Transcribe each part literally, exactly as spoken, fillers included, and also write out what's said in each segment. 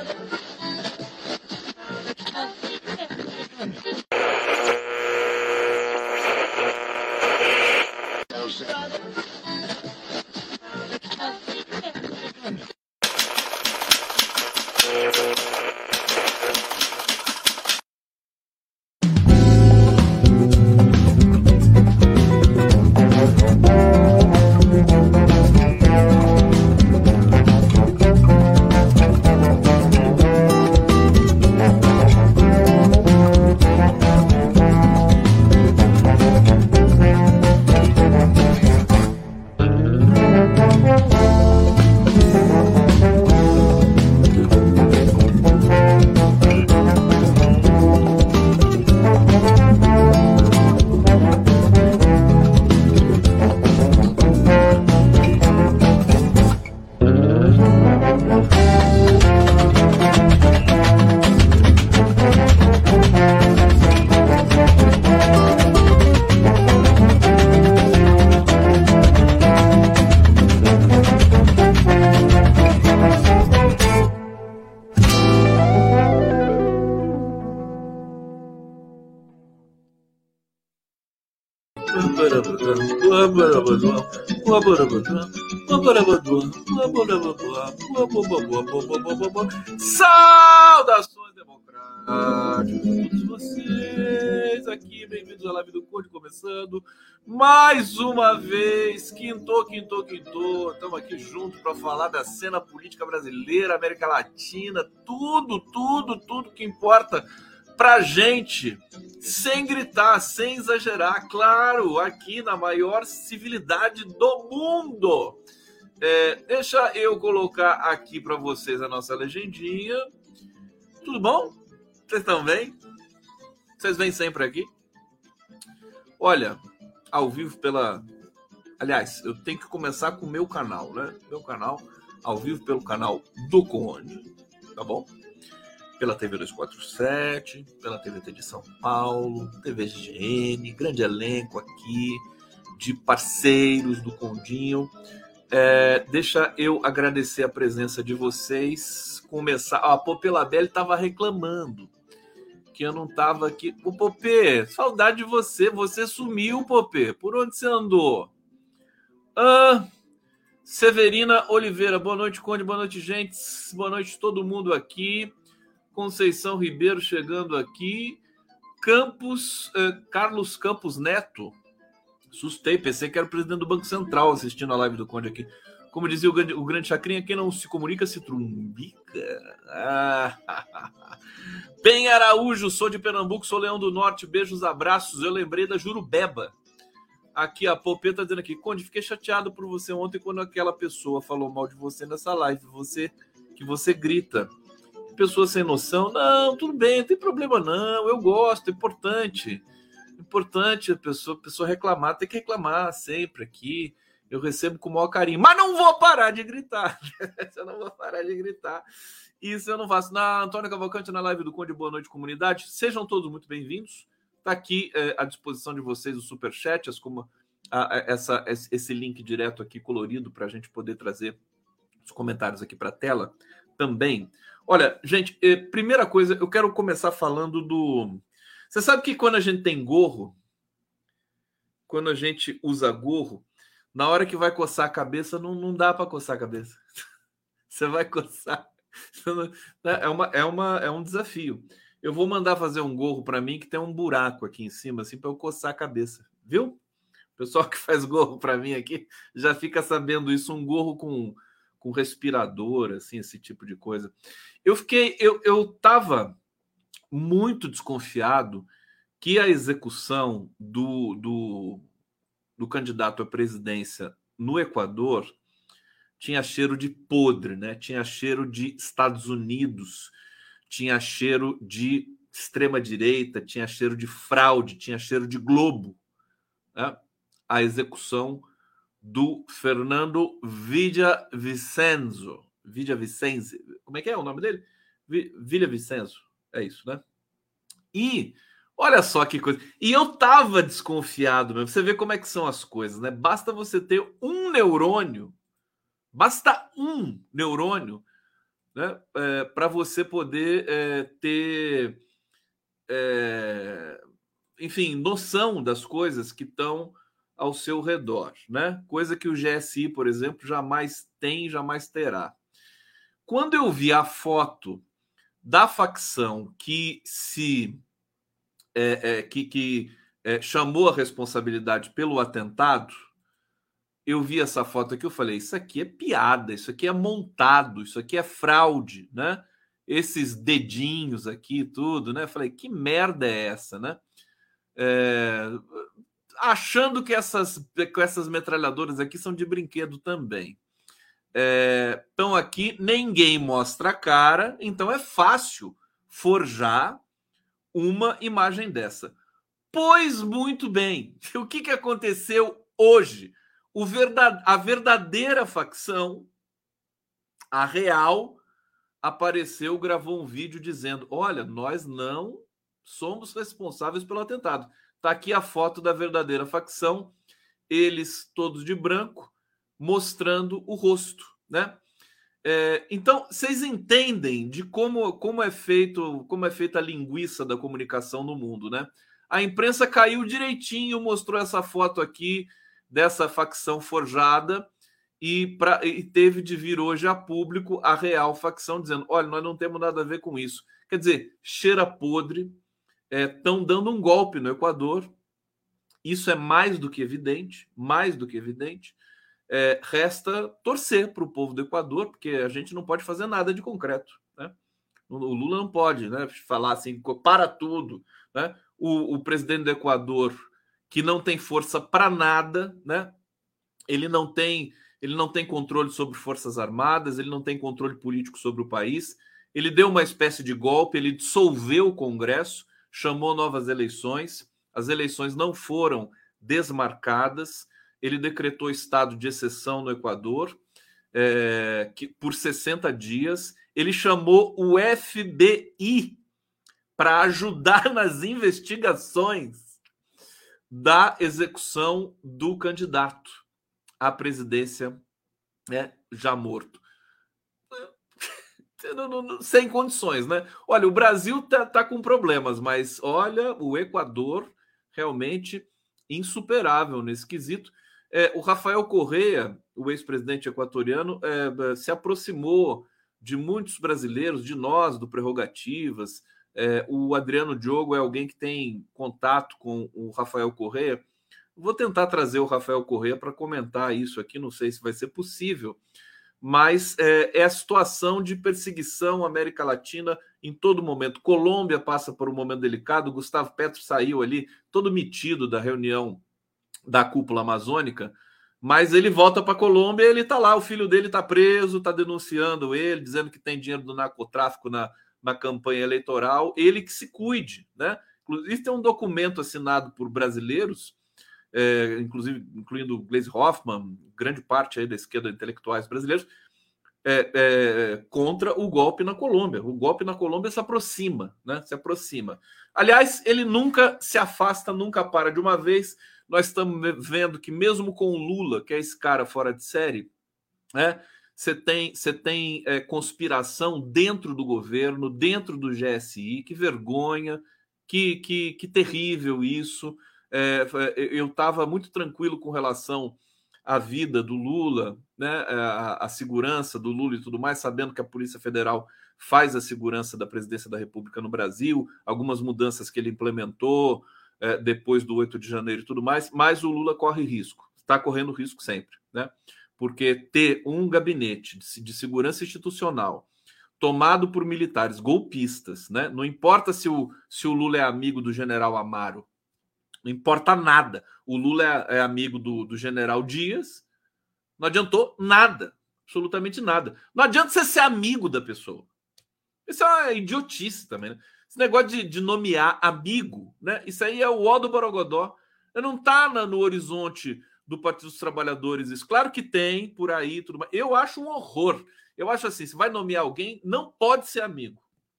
Saudações democráticas a todos vocês aqui, bem-vindos à live do Conde, começando mais uma vez, quintou, quintou, quintou, estamos aqui juntos para falar da cena política brasileira, América Latina, tudo, tudo, tudo que importa pra gente, sem gritar, sem exagerar, claro, aqui na maior civilidade do mundo. É, deixa eu colocar aqui para vocês a nossa legendinha. Tudo bom? Vocês estão bem? Vocês vêm sempre aqui? Olha, ao vivo pela... Aliás, eu tenho que começar com o meu canal, né? Meu canal, ao vivo pelo canal do Conde, tá bom? Pela T V duzentos e quarenta e sete, pela T V T de São Paulo, T V G G N, grande elenco aqui de parceiros do Condinho. É, deixa eu agradecer a presença de vocês. Começar. Ah, a Popelabelli estava reclamando que eu não estava aqui. O Popê, saudade de você. Você sumiu, Popê. Por onde você andou? Ah, Severina Oliveira. Boa noite, Conde. Boa noite, gente. Boa noite, todo mundo aqui. Conceição Ribeiro chegando aqui. Campos, eh, Carlos Campos Neto. Assustei, pensei que era o presidente do Banco Central assistindo a live do Conde aqui. Como dizia o grande, o grande Chacrinha, quem não se comunica se trumbica. Ah, Bem Araújo, sou de Pernambuco, sou Leão do Norte, beijos, abraços. Eu lembrei da Jurubeba. Aqui a Popê tá dizendo aqui, Conde, fiquei chateado por você ontem quando aquela pessoa falou mal de você nessa live, você, que você grita. Pessoa sem noção, não, tudo bem, não tem problema não, eu gosto, é importante. Importante a pessoa, a pessoa reclamar, tem que reclamar sempre aqui. Eu recebo com o maior carinho, mas não vou parar de gritar. Eu não vou parar de gritar. Isso eu não faço. Na Antônio Cavalcante, na live do Conde, boa noite, comunidade. Sejam todos muito bem-vindos. Está aqui é, à disposição de vocês o Superchat, as, como, a, a, essa, esse link direto aqui colorido para a gente poder trazer os comentários aqui para a tela também. Olha, gente, é, primeira coisa, eu quero começar falando do... Você sabe que quando a gente tem gorro, quando a gente usa gorro, na hora que vai coçar a cabeça, não, não dá para coçar a cabeça. Você vai coçar. É, uma, é, uma, é um desafio. Eu vou mandar fazer um gorro para mim que tem um buraco aqui em cima, assim, para eu coçar a cabeça. Viu? O pessoal que faz gorro para mim aqui já fica sabendo isso, um gorro com, com respirador, assim, esse tipo de coisa. Eu fiquei... Eu, eu tava... muito desconfiado que a execução do, do, do candidato à presidência no Equador tinha cheiro de podre, né? Tinha cheiro de Estados Unidos, tinha cheiro de extrema-direita, tinha cheiro de fraude, tinha cheiro de Globo, né? A execução do Fernando Villavicencio. Villavicencio. Como é que é o nome dele? Villavicencio. É isso, né? E olha só que coisa. E eu tava desconfiado mesmo. Você vê como é que são as coisas, né? Basta você ter um neurônio, basta um neurônio né? É, para você poder é, ter, é, enfim, noção das coisas que estão ao seu redor, né? Coisa que o G S I, por exemplo, jamais tem, jamais terá. Quando eu vi a foto da facção que se é, é, que, que é, chamou a responsabilidade pelo atentado, eu vi essa foto aqui, eu falei, isso aqui é piada, isso aqui é montado, isso aqui é fraude, né? Esses dedinhos aqui, tudo, né? Eu falei, que merda é essa, né? É, achando que essas, que essas metralhadoras aqui são de brinquedo também. Então é, aqui ninguém mostra a cara, então é fácil forjar uma imagem dessa. Pois muito bem, o que, que aconteceu hoje? O verdade, a verdadeira facção, a real, apareceu, gravou um vídeo dizendo: olha, nós não somos responsáveis pelo atentado. Tá aqui a foto da verdadeira facção, eles todos de branco, mostrando o rosto, né? É, então, vocês entendem de como, como é feito, como é feita a linguiça da comunicação no mundo, né? A imprensa caiu direitinho, mostrou essa foto aqui dessa facção forjada e, pra, e teve de vir hoje a público a real facção dizendo: olha, nós não temos nada a ver com isso. Quer dizer, cheira podre, estão é, dando um golpe no Equador. Isso é mais do que evidente, mais do que evidente. É, resta torcer para o povo do Equador, porque a gente não pode fazer nada de concreto, né? O Lula não pode, né, falar assim, para tudo, né? O, o presidente do Equador, que não tem força para nada, né? Ele não tem, ele não tem controle sobre forças armadas, ele não tem controle político sobre o país. Ele deu uma espécie de golpe, ele dissolveu o Congresso, chamou novas eleições. As eleições não foram desmarcadas. Ele decretou estado de exceção no Equador é, que, por sessenta dias. Ele chamou o F B I para ajudar nas investigações da execução do candidato à presidência, né, já morto. Sem condições, né? Olha, o Brasil tá, tá com problemas, mas olha, o Equador realmente insuperável nesse quesito. É, o Rafael Correa, o ex-presidente equatoriano, é, se aproximou de muitos brasileiros, de nós, do Prerrogativas. É, o Adriano Diogo é alguém que tem contato com o Rafael Correa. Vou tentar trazer o Rafael Correa para comentar isso aqui, não sei se vai ser possível, mas é, é a situação de perseguição à América Latina em todo momento. Colômbia passa por um momento delicado, Gustavo Petro saiu ali todo metido da reunião da cúpula amazônica, mas ele volta para a Colômbia e ele está lá, o filho dele está preso, está denunciando ele, dizendo que tem dinheiro do narcotráfico na, na campanha eleitoral, ele que se cuide, né? Inclusive tem um documento assinado por brasileiros, é, inclusive incluindo Gleisi Hoffmann, grande parte aí da esquerda, intelectuais brasileiros, é, é, contra o golpe na Colômbia. O golpe na Colômbia se aproxima, né? Se aproxima. Aliás, ele nunca se afasta, nunca para de uma vez. Nós estamos vendo que mesmo com o Lula, que é esse cara fora de série, né? Você tem, você tem é, conspiração dentro do governo, dentro do G S I. Que vergonha, que, que, que terrível isso. É, eu estava muito tranquilo com relação à vida do Lula, né, a, a segurança do Lula e tudo mais, sabendo que a Polícia Federal faz a segurança da presidência da República no Brasil, algumas mudanças que ele implementou é, depois do oito de janeiro e tudo mais, mas o Lula corre risco, está correndo risco sempre, né? Porque ter um gabinete de, de segurança institucional tomado por militares golpistas, né? Não importa se o, se o Lula é amigo do general Amaro, não importa nada. O Lula é, é amigo do, do general Dias. Não adiantou nada. Absolutamente nada. Não adianta você ser amigo da pessoa. Isso é uma idiotice também, né? Esse negócio de, de nomear amigo, né? Isso aí é o ó do Borogodó. Não está no horizonte do Partido dos Trabalhadores isso. Claro que tem por aí, tudo mais. Eu acho um horror. Eu acho assim, se vai nomear alguém, não pode ser amigo.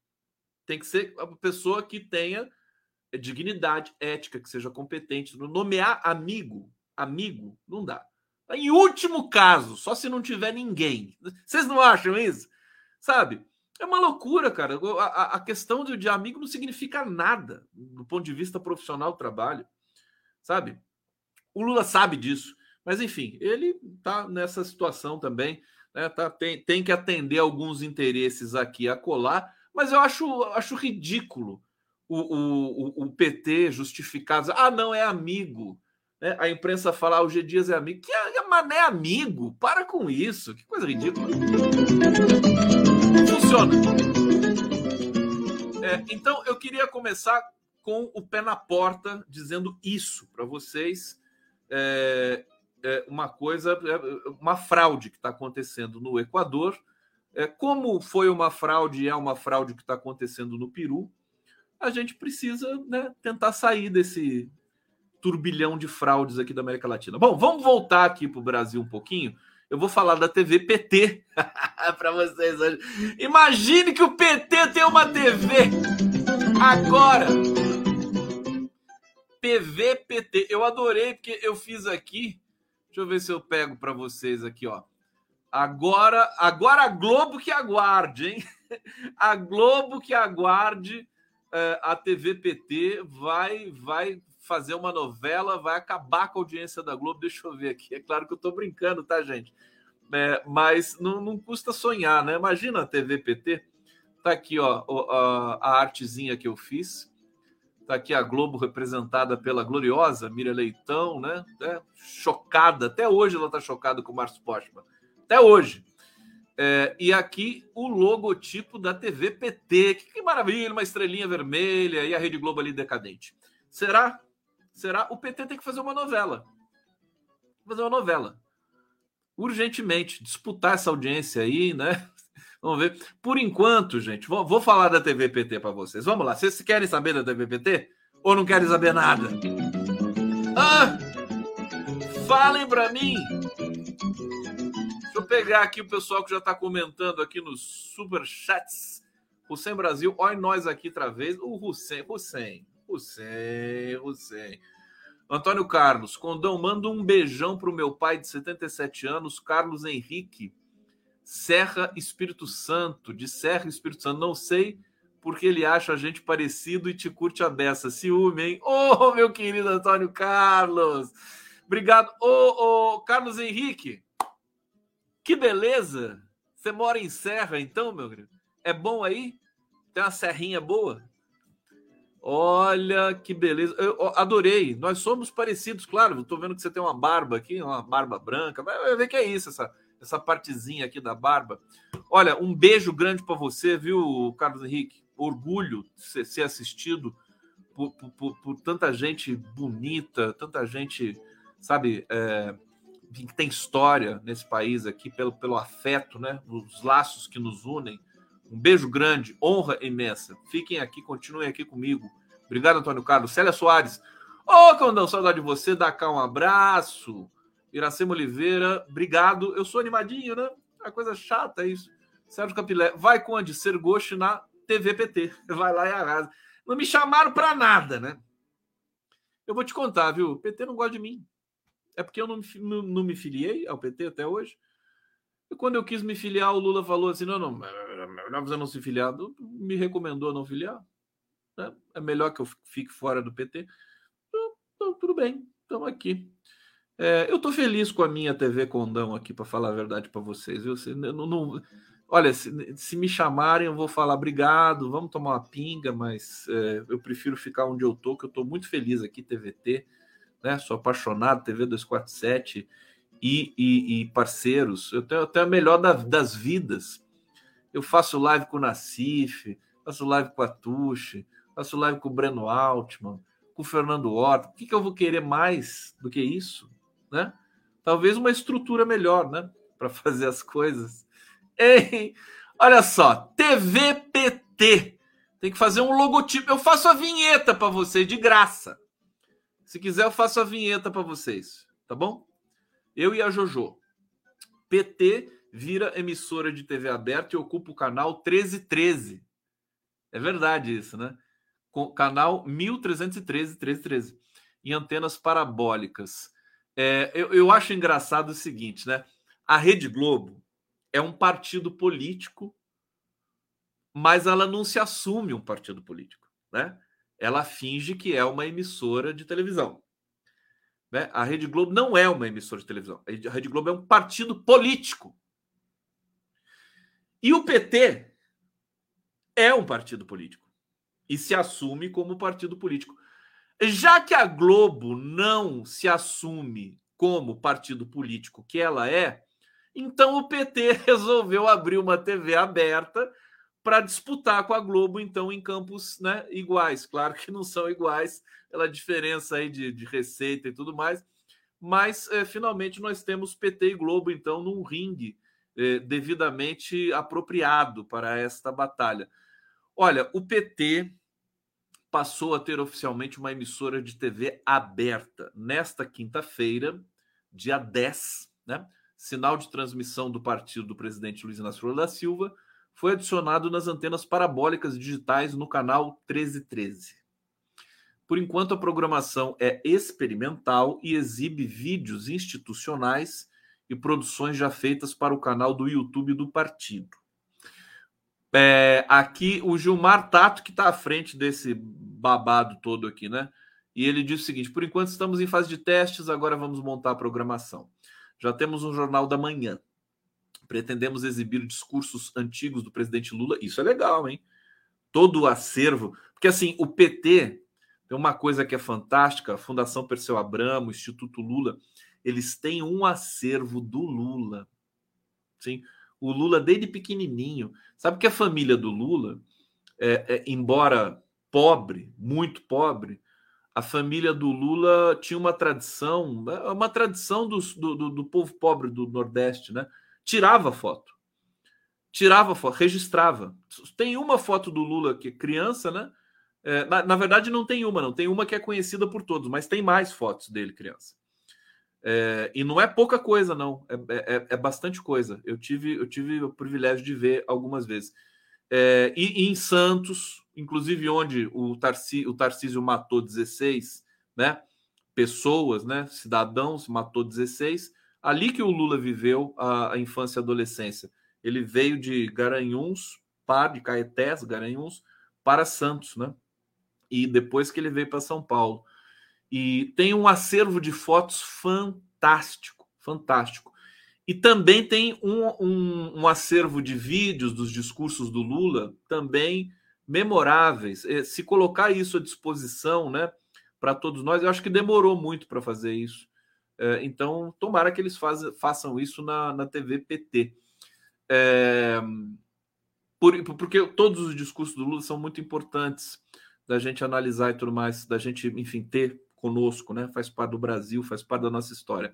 Tem que ser uma pessoa que tenha dignidade, ética, que seja competente. Nomear amigo, amigo, não dá. Em último caso, só se não tiver ninguém. Vocês não acham isso? sabe? É uma loucura, cara. A, a questão de, de amigo não significa nada do ponto de vista profissional do trabalho, sabe? O Lula sabe disso, mas enfim, ele tá nessa situação também, né? Tá, tem, tem que atender alguns interesses aqui a colar, mas eu acho, acho ridículo o, o, o P T justificar, ah, não, é amigo. Né? A imprensa fala, ah, o G Dias é amigo. Que é, mané amigo? Para com isso, que coisa ridícula. Não funciona. É, então, eu queria começar com o pé na porta, dizendo isso para vocês. É, é uma coisa, é uma fraude que está acontecendo no Equador. É, como foi uma fraude e é uma fraude que está acontecendo no Peru, a gente precisa, né, tentar sair desse turbilhão de fraudes aqui da América Latina. Bom, vamos voltar aqui para o Brasil um pouquinho. Eu vou falar da T V P T para vocês hoje. Imagine que o P T tem uma T V agora. T V P T. Eu adorei porque eu fiz aqui. Deixa eu ver se eu pego para vocês aqui, ó. Agora, agora a Globo que aguarde, hein? A Globo que aguarde. Uh, a T V P T vai, vai fazer uma novela, vai acabar com a audiência da Globo. Deixa eu ver aqui. É claro que eu tô brincando, tá, gente? É, mas não, não custa sonhar, né? Imagina a T V P T. Tá aqui, ó, a, a artezinha que eu fiz. Tá aqui a Globo representada pela gloriosa Miriam Leitão, né? É, chocada. Até hoje ela tá chocada com o Márcio Postman. Até hoje. É, e aqui o logotipo da T V P T. Que, que maravilha, uma estrelinha vermelha e a Rede Globo ali decadente. Será? Será? O P T tem que fazer uma novela. Fazer uma novela. Urgentemente. Disputar essa audiência aí, né? Vamos ver. Por enquanto, gente, vou, vou falar da T V P T para vocês. Vamos lá. Vocês querem saber da T V P T? Ou não querem saber nada? Ah! Falem para mim! Deixa eu pegar aqui o pessoal que já está comentando aqui nos superchats. Hussein Brasil, olha nós aqui outra vez. O Hussein, Hussein, Hussein, Hussein. Antônio Carlos, Condão, manda um beijão pro meu pai de setenta e sete anos, Carlos Henrique, Serra Espírito Santo, de Serra Espírito Santo. Não sei porque ele acha a gente parecido e te curte a beça. Ciúme, hein? Ô, oh, meu querido Antônio Carlos. Obrigado. Ô, oh, oh, Carlos Henrique. Que beleza! Você mora em Serra, então, meu querido? É bom aí? Tem uma serrinha boa? Olha que beleza! Eu adorei. Nós somos parecidos, claro. Estou vendo que você tem uma barba aqui, uma barba branca. Vai ver que é isso, essa, essa partezinha aqui da barba. Olha, um beijo grande para você, viu, Carlos Henrique? Orgulho de ser assistido por, por, por tanta gente bonita, tanta gente, sabe... É... que tem história nesse país aqui, pelo, pelo afeto, né? Os laços que nos unem. Um beijo grande, honra imensa. Fiquem aqui, continuem aqui comigo. Obrigado, Antônio Carlos. Célia Soares. Ô, oh, Condão, saudade de você. Dá cá um abraço. Iracema Oliveira, obrigado. Eu sou animadinho, né? É coisa chata isso. Sérgio Capilé, vai com a de Sergoche na T V P T. Vai lá e arrasa. Não me chamaram pra nada, né? Eu vou te contar, viu? O P T não gosta de mim. É porque eu não, não, não me filiei ao P T até hoje. E quando eu quis me filiar, o Lula falou assim, não, não, melhor você não se filiar. Me recomendou não filiar. Né? É melhor que eu fique fora do P T. Então, então tudo bem, estamos aqui. É, eu estou feliz com a minha T V Condão aqui, para falar a verdade para vocês. Viu? Se, não, não, olha, se, se me chamarem, eu vou falar obrigado, vamos tomar uma pinga, mas é, eu prefiro ficar onde eu estou, que eu estou muito feliz aqui, T V T. Né? Sou apaixonado, T V duzentos e quarenta e sete e, e, e parceiros. Eu tenho, eu tenho a melhor da, das vidas. Eu faço live com o Nassif, faço live com a Tuxi, faço live com o Breno Altman, com o Fernando Horta. O que, que eu vou querer mais do que isso? Né? Talvez uma estrutura melhor, né? Para fazer as coisas. Ei, olha só, T V P T. Tem que fazer um logotipo. Eu faço a vinheta para vocês de graça. Se quiser, eu faço a vinheta para vocês, tá bom? Eu e a Jojo. P T vira emissora de T V aberta e ocupa o canal treze treze. É verdade isso, né? Com canal mil trezentos e treze, treze treze. Em antenas parabólicas. É, eu, eu acho engraçado o seguinte, né? A Rede Globo é um partido político mas ela não se assume um partido político, né? Ela finge que é uma emissora de televisão. Né? A Rede Globo não é uma emissora de televisão. A Rede Globo é um partido político. E o P T é um partido político e se assume como partido político. Já que a Globo não se assume como partido político que ela é, então o P T resolveu abrir uma T V aberta para disputar com a Globo, então, em campos, né, iguais. Claro que não são iguais, pela diferença aí de, de receita e tudo mais, mas é, finalmente nós temos P T e Globo, então, num ringue é, devidamente apropriado para esta batalha. Olha, o P T passou a ter oficialmente uma emissora de T V aberta nesta quinta-feira, dia dez, né? Sinal de transmissão do partido do presidente Luiz Inácio Lula da Silva foi adicionado nas antenas parabólicas digitais no canal treze treze. Por enquanto, a programação é experimental e exibe vídeos institucionais e produções já feitas para o canal do YouTube do partido. É, aqui o Gilmar Tato, que está à frente desse babado todo aqui, né? E ele diz o seguinte: por enquanto estamos em fase de testes, agora vamos montar a programação. Já temos um Jornal da Manhã. Pretendemos exibir discursos antigos do presidente Lula. Isso é legal, hein? Todo o acervo. Porque, assim, o P T tem uma coisa que é fantástica, a Fundação Perseu Abramo, o Instituto Lula, eles têm um acervo do Lula. Sim? O Lula, desde pequenininho. Sabe que a família do Lula, é, é, embora pobre, muito pobre, a família do Lula tinha uma tradição, uma tradição do, do, do povo pobre do Nordeste, né? Tirava foto. Tirava foto, registrava. Tem uma foto do Lula que é criança, né? É, na, na verdade, não tem uma, não. Tem uma que é conhecida por todos, mas tem mais fotos dele, criança. É, e não é pouca coisa, não. É, é, é bastante coisa. Eu tive, eu tive o privilégio de ver algumas vezes. É, e, e em Santos, inclusive onde o, Tarcí, o Tarcísio matou dezesseis, né? Pessoas, né? Cidadãos, matou dezesseis. Ali que o Lula viveu a, a infância e a adolescência. Ele veio de Garanhuns, para de Caetés, Garanhuns, para Santos, né? E depois que ele veio para São Paulo. E tem um acervo de fotos fantástico, fantástico. E também tem um, um, um acervo de vídeos dos discursos do Lula, também memoráveis. Se colocar isso à disposição, né, para todos nós, eu acho que demorou muito para fazer isso. Então, tomara que eles faz, façam isso na, na T V P T. É, por, porque todos os discursos do Lula são muito importantes da gente analisar e tudo mais, da gente, enfim, ter conosco, né? Faz parte do Brasil, faz parte da nossa história.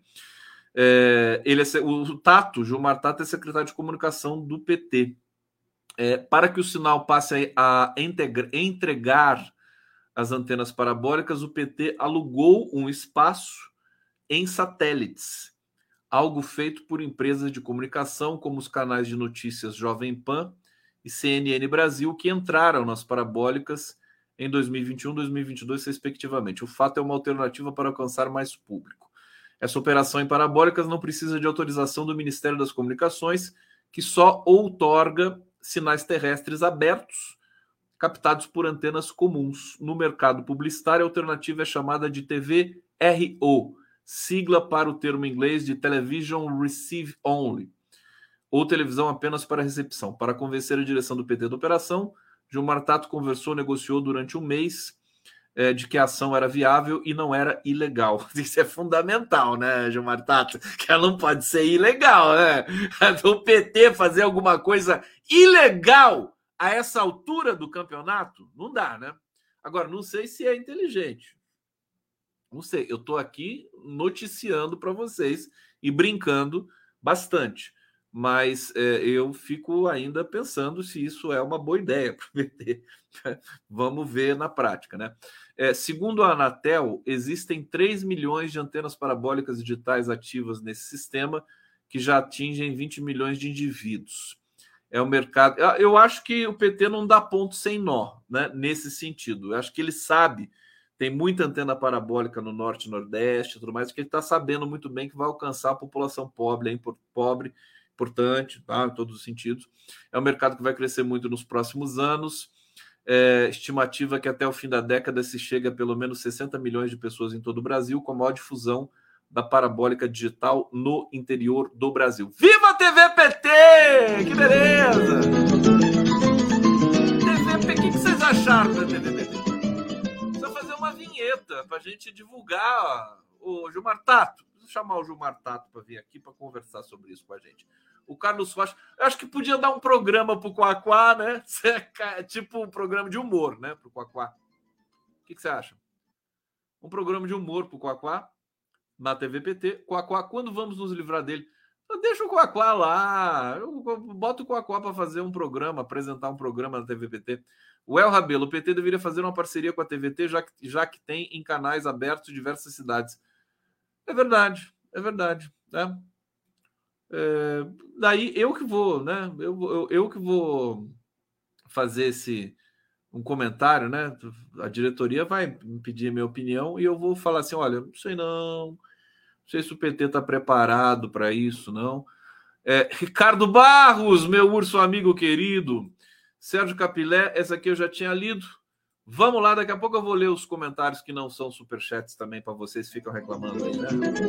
É, ele é, o Tato, Gilmar Tato, é secretário de comunicação do P T. É, para que o sinal passe a integra, entregar as antenas parabólicas, o P T alugou um espaço em satélites, algo feito por empresas de comunicação como os canais de notícias Jovem Pan e C N N Brasil, que entraram nas parabólicas em dois mil e vinte e um e dois mil e vinte e dois, respectivamente. O fato é uma alternativa para alcançar mais público. Essa operação em parabólicas não precisa de autorização do Ministério das Comunicações, que só outorga sinais terrestres abertos, captados por antenas comuns. No mercado publicitário, a alternativa é chamada de T V R O, sigla para o termo em inglês de Television Receive Only, ou televisão apenas para recepção. Para convencer a direção do P T da operação, Gilmar Tato conversou, negociou durante um mês é, de que a ação era viável e não era ilegal. Isso é fundamental, né, Gilmar Tato? Que ela não pode ser ilegal, né? O P T fazer alguma coisa ilegal a essa altura do campeonato, não dá, né? Agora, não sei se é inteligente. Não sei, eu estou aqui noticiando para vocês e brincando bastante. Mas é, eu fico ainda pensando se isso é uma boa ideia para o P T. Vamos ver na prática, né? É, segundo a Anatel, existem três milhões de antenas parabólicas digitais ativas nesse sistema, que já atingem vinte milhões de indivíduos. É o mercado. Eu acho que o P T não dá ponto sem nó, né? Nesse sentido. Eu acho que ele sabe, tem muita antena parabólica no norte e nordeste e tudo mais, que ele está sabendo muito bem que vai alcançar a população pobre, pobre importante, tá? Em todos os sentidos. É um mercado que vai crescer muito nos próximos anos. É, estimativa que até o fim da década se chega a pelo menos sessenta milhões de pessoas em todo o Brasil, com a maior difusão da parabólica digital no interior do Brasil. Viva a T V P T! Que beleza! T V P, o que vocês acharam da T V P T? Precisa fazer uma vinheta para a gente divulgar o Gilmar Tato. Vou chamar o Gilmar Tato para vir aqui para conversar sobre isso com a gente. O Carlos Rocha, eu acho que podia dar um programa pro Quaquá, né? Tipo um programa de humor, né? Pro Quaquá. O que, que você acha? Um programa de humor pro Quaquá na T V P T. Quaquá, quando vamos nos livrar dele? Deixa o Quaquá lá. Eu boto o Quaquá para fazer um programa, apresentar um programa na T V P T. O El Rabelo, o P T deveria fazer uma parceria com a T V T, já que, já que tem em canais abertos em diversas cidades. É verdade, é verdade, né? É, daí eu que vou, né? Eu, eu, eu que vou fazer esse um comentário, né? A diretoria vai me pedir minha opinião e eu vou falar assim: olha, não sei não, não sei se o P T está preparado para isso, não. É, Ricardo Barros, meu urso amigo querido, Sérgio Capilé, essa aqui eu já tinha lido. Vamos lá, daqui a pouco eu vou ler os comentários que não são superchats também para vocês que ficam reclamando aí, né?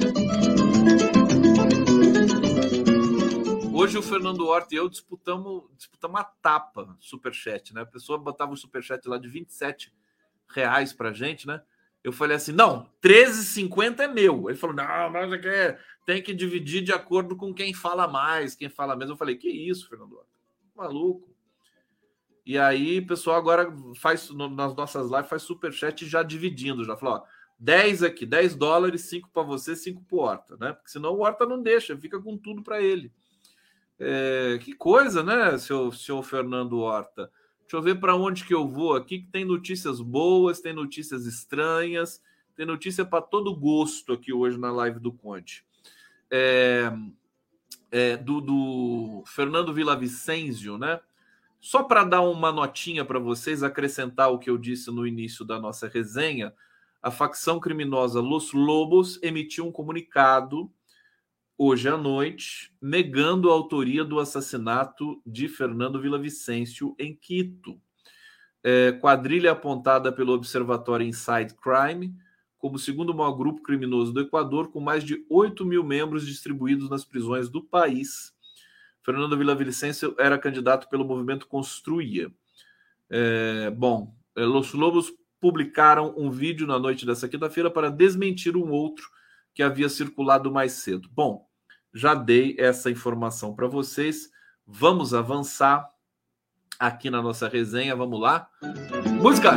Hoje o Fernando Horta e eu disputamos, disputamos a tapa superchat, né? A pessoa botava o superchat lá de vinte e sete reais pra gente, né? Eu falei assim, não, treze reais e cinquenta centavos é meu. Ele falou, não, mas é que tem que dividir de acordo com quem fala mais, quem fala menos. Eu falei, que isso, Fernando Horta? Maluco. E aí o pessoal agora faz, nas nossas lives, faz superchat já dividindo, já falou, ó, dez aqui, dez dólares, cinco para você, cinco pro Horta, né? Porque senão o Horta não deixa, fica com tudo para ele. É, que coisa, né, seu, seu Fernando Horta? Deixa eu ver para onde que eu vou aqui, que tem notícias boas, tem notícias estranhas, tem notícia para todo gosto aqui hoje na live do Conte. É, é, do, do Fernando Villavicencio, né? Só para dar uma notinha para vocês, acrescentar o que eu disse no início da nossa resenha, a facção criminosa Los Lobos emitiu um comunicado hoje à noite, negando a autoria do assassinato de Fernando Villavicencio em Quito. É, quadrilha apontada pelo Observatório Inside Crime como o segundo maior grupo criminoso do Equador, com mais de oito mil membros distribuídos nas prisões do país. Fernando Villavicencio era candidato pelo movimento Construía. É, bom, Los Lobos publicaram um vídeo na noite dessa quinta-feira para desmentir um outro que havia circulado mais cedo. Bom, já dei essa informação para vocês. Vamos avançar aqui na nossa resenha. Vamos lá. Música!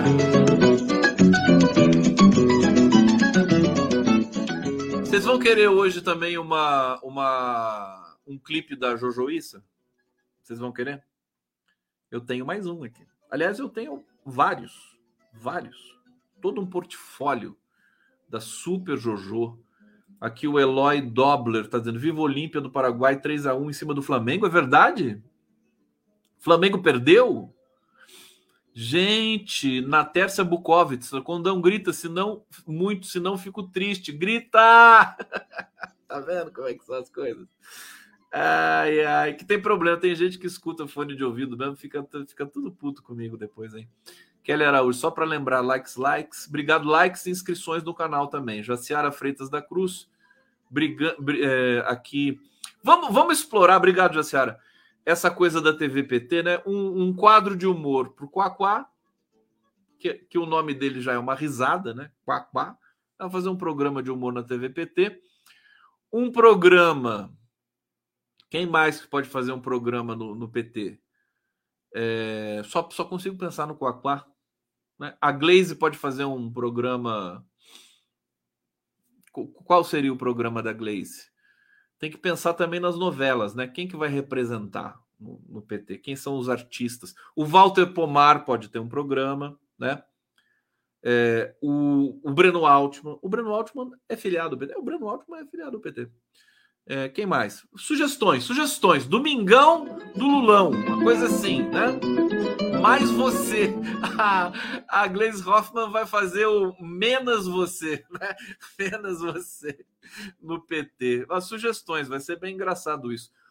Vocês vão querer hoje também uma, uma, um clipe da Jojo Issa? Vocês vão querer? Eu tenho mais um aqui. Aliás, eu tenho vários. Vários. Todo um portfólio da Super Jojo. Aqui o Eloy Dobler está dizendo, Viva Olímpia do Paraguai, três a um em cima do Flamengo. É verdade? Flamengo perdeu? Gente, na Tércia Bukovitz, o Condão grita, se não, muito, se não fico triste. Grita! Tá vendo como é que são as coisas? Ai, ai, que tem problema. Tem gente que escuta fone de ouvido mesmo, fica, fica tudo puto comigo depois, hein? Kelly Araújo, só para lembrar, likes, likes. Obrigado, likes e inscrições no canal também. Jaciara Freitas da Cruz, briga, é, aqui. Vamos, vamos explorar, obrigado, Jaciara, essa coisa da T V P T, né? Um, um quadro de humor pro Quaquá, que, que o nome dele já é uma risada, né? Quaquá. Vai fazer um programa de humor na T V P T. Um programa... Quem mais que pode fazer um programa no, no P T? É, só, só consigo pensar no Quaquá. Né? A Glaze pode fazer um programa... Qual seria o programa da Glaze? Tem que pensar também nas novelas, né? Quem que vai representar no, no P T? Quem são os artistas? O Walter Pomar pode ter um programa, né? É, o, o Breno Altman. O Breno Altman é filiado do P T. O Breno Altman é filiado do P T. É, quem mais? Sugestões, sugestões. Domingão do Lulão. Uma coisa assim, né? Mais você. A, a Glaze Hoffman vai fazer o menos você, né? Menos você no P T. As sugestões, vai ser bem engraçado isso.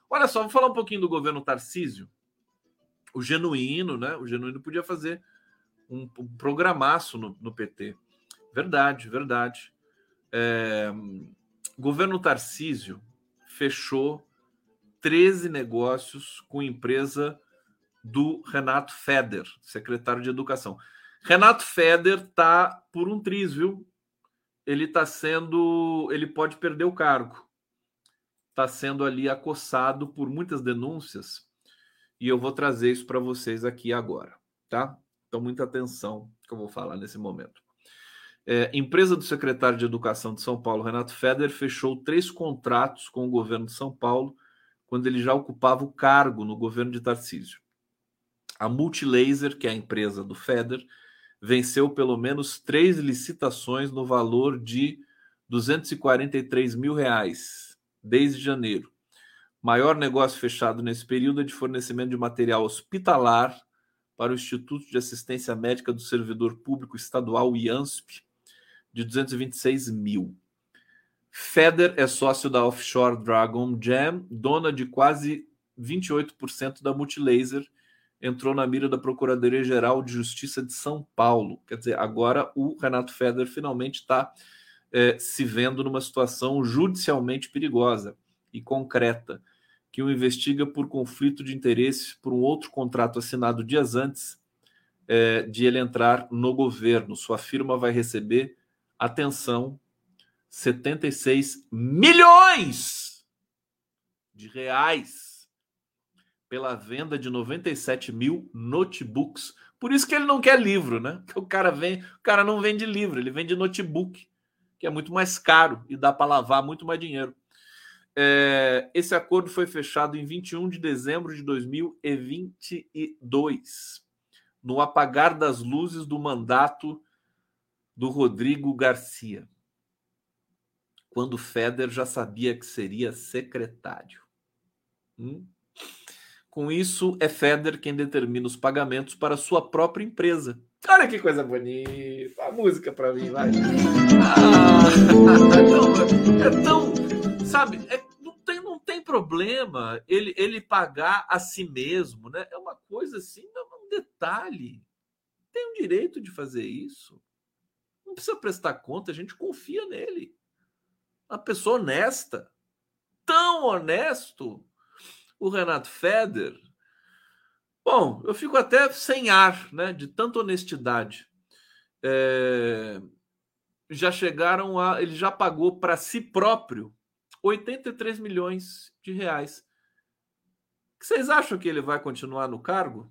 Olha só, vou falar um pouquinho do governo Tarcísio. O Genuíno, né? O Genuíno podia fazer um, um programaço no, no P T. Verdade, verdade. É, governo Tarcísio fechou treze negócios com empresa do Renato Feder, secretário de Educação. Renato Feder tá por um triz, viu? Ele tá sendo... Ele pode perder o cargo. Tá sendo ali acossado por muitas denúncias e eu vou trazer isso para vocês aqui agora, tá? Então, muita atenção que eu vou falar nesse momento. É, empresa do secretário de Educação de São Paulo, Renato Feder, fechou três contratos com o governo de São Paulo quando ele já ocupava o cargo no governo de Tarcísio. A Multilaser, que é a empresa do Feder, venceu pelo menos três licitações no valor de duzentos e quarenta e três mil reais desde janeiro. Maior negócio fechado nesse período é de fornecimento de material hospitalar para o Instituto de Assistência Médica do Servidor Público Estadual, o IANSP, de duzentos e vinte e seis mil. Feder é sócio da Offshore Dragon Jam, dona de quase vinte e oito por cento da Multilaser, entrou na mira da Procuradoria-Geral de Justiça de São Paulo. Quer dizer, agora o Renato Feder finalmente está é, se vendo numa situação judicialmente perigosa e concreta, que o investiga por conflito de interesse por um outro contrato assinado dias antes é, de ele entrar no governo. Sua firma vai receber, atenção, setenta e seis milhões de reais pela venda de noventa e sete mil notebooks. Por isso que ele não quer livro, né? Porque o cara, vem, o cara não vende livro, ele vende notebook, que é muito mais caro e dá para lavar muito mais dinheiro. É, esse acordo foi fechado em vinte e um de dezembro de dois mil e vinte e dois, no apagar das luzes do mandato do Rodrigo Garcia, quando Feder já sabia que seria secretário. Hum? Com isso, é Feder quem determina os pagamentos para sua própria empresa. Olha que coisa bonita! A música para mim, vai. Ah, é tão... Sabe, é, não, tem, não tem problema ele, ele pagar a si mesmo, né? É uma coisa assim, é um detalhe. Tem o direito de fazer isso. Não precisa prestar conta, a gente confia nele. Uma pessoa honesta, tão honesto, o Renato Feder. Bom, eu fico até sem ar, né? De tanta honestidade. É... Já chegaram a... Ele já pagou para si próprio oitenta e três milhões de reais. Vocês acham que ele vai continuar no cargo?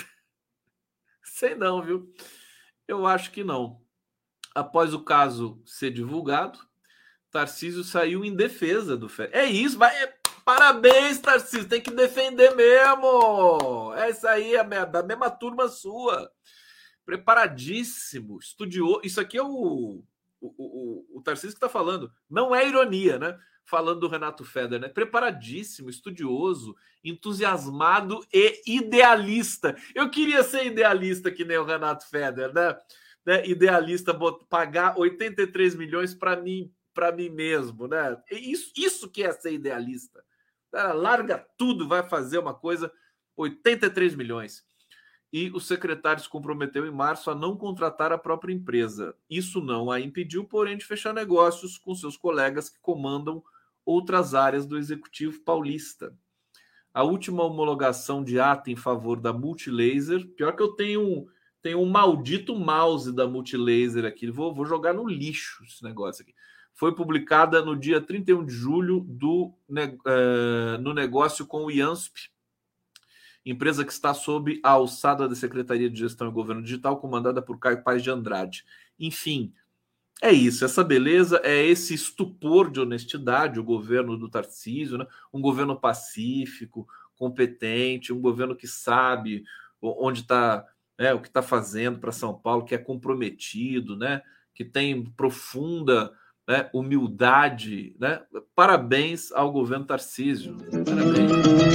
Sei não, viu? Eu acho que não. Após o caso ser divulgado, Tarcísio saiu em defesa do Feder. É isso, vai. Parabéns, Tarcísio. Tem que defender mesmo. É isso aí, é da mesma turma sua. Preparadíssimo, estudioso. Isso aqui é o, o, o, o Tarcísio que está falando. Não é ironia, né? Falando do Renato Feder, né? Preparadíssimo, estudioso, entusiasmado e idealista. Eu queria ser idealista que nem o Renato Feder, né? né? Idealista, pagar oitenta e três milhões para mim, para mim mesmo, né? Isso, isso que é ser idealista. Larga tudo, vai fazer uma coisa, oitenta e três milhões. E o secretário se comprometeu em março a não contratar a própria empresa. Isso não a impediu, porém, de fechar negócios com seus colegas que comandam outras áreas do executivo paulista. A última homologação de ata em favor da Multilaser, pior que eu tenho, tenho um maldito mouse da Multilaser aqui, vou, vou jogar no lixo esse negócio aqui. Foi publicada no dia trinta e um de julho do, uh, no negócio com o IANSP, empresa que está sob a alçada da Secretaria de Gestão e Governo Digital, comandada por Caio Paes de Andrade. Enfim, é isso, essa beleza, é esse estupor de honestidade, o governo do Tarcísio, né? Um governo pacífico, competente, um governo que sabe onde está, né, o que está fazendo para São Paulo, que é comprometido, né? Que tem profunda, né, humildade, né? Parabéns ao governo Tarcísio. Parabéns.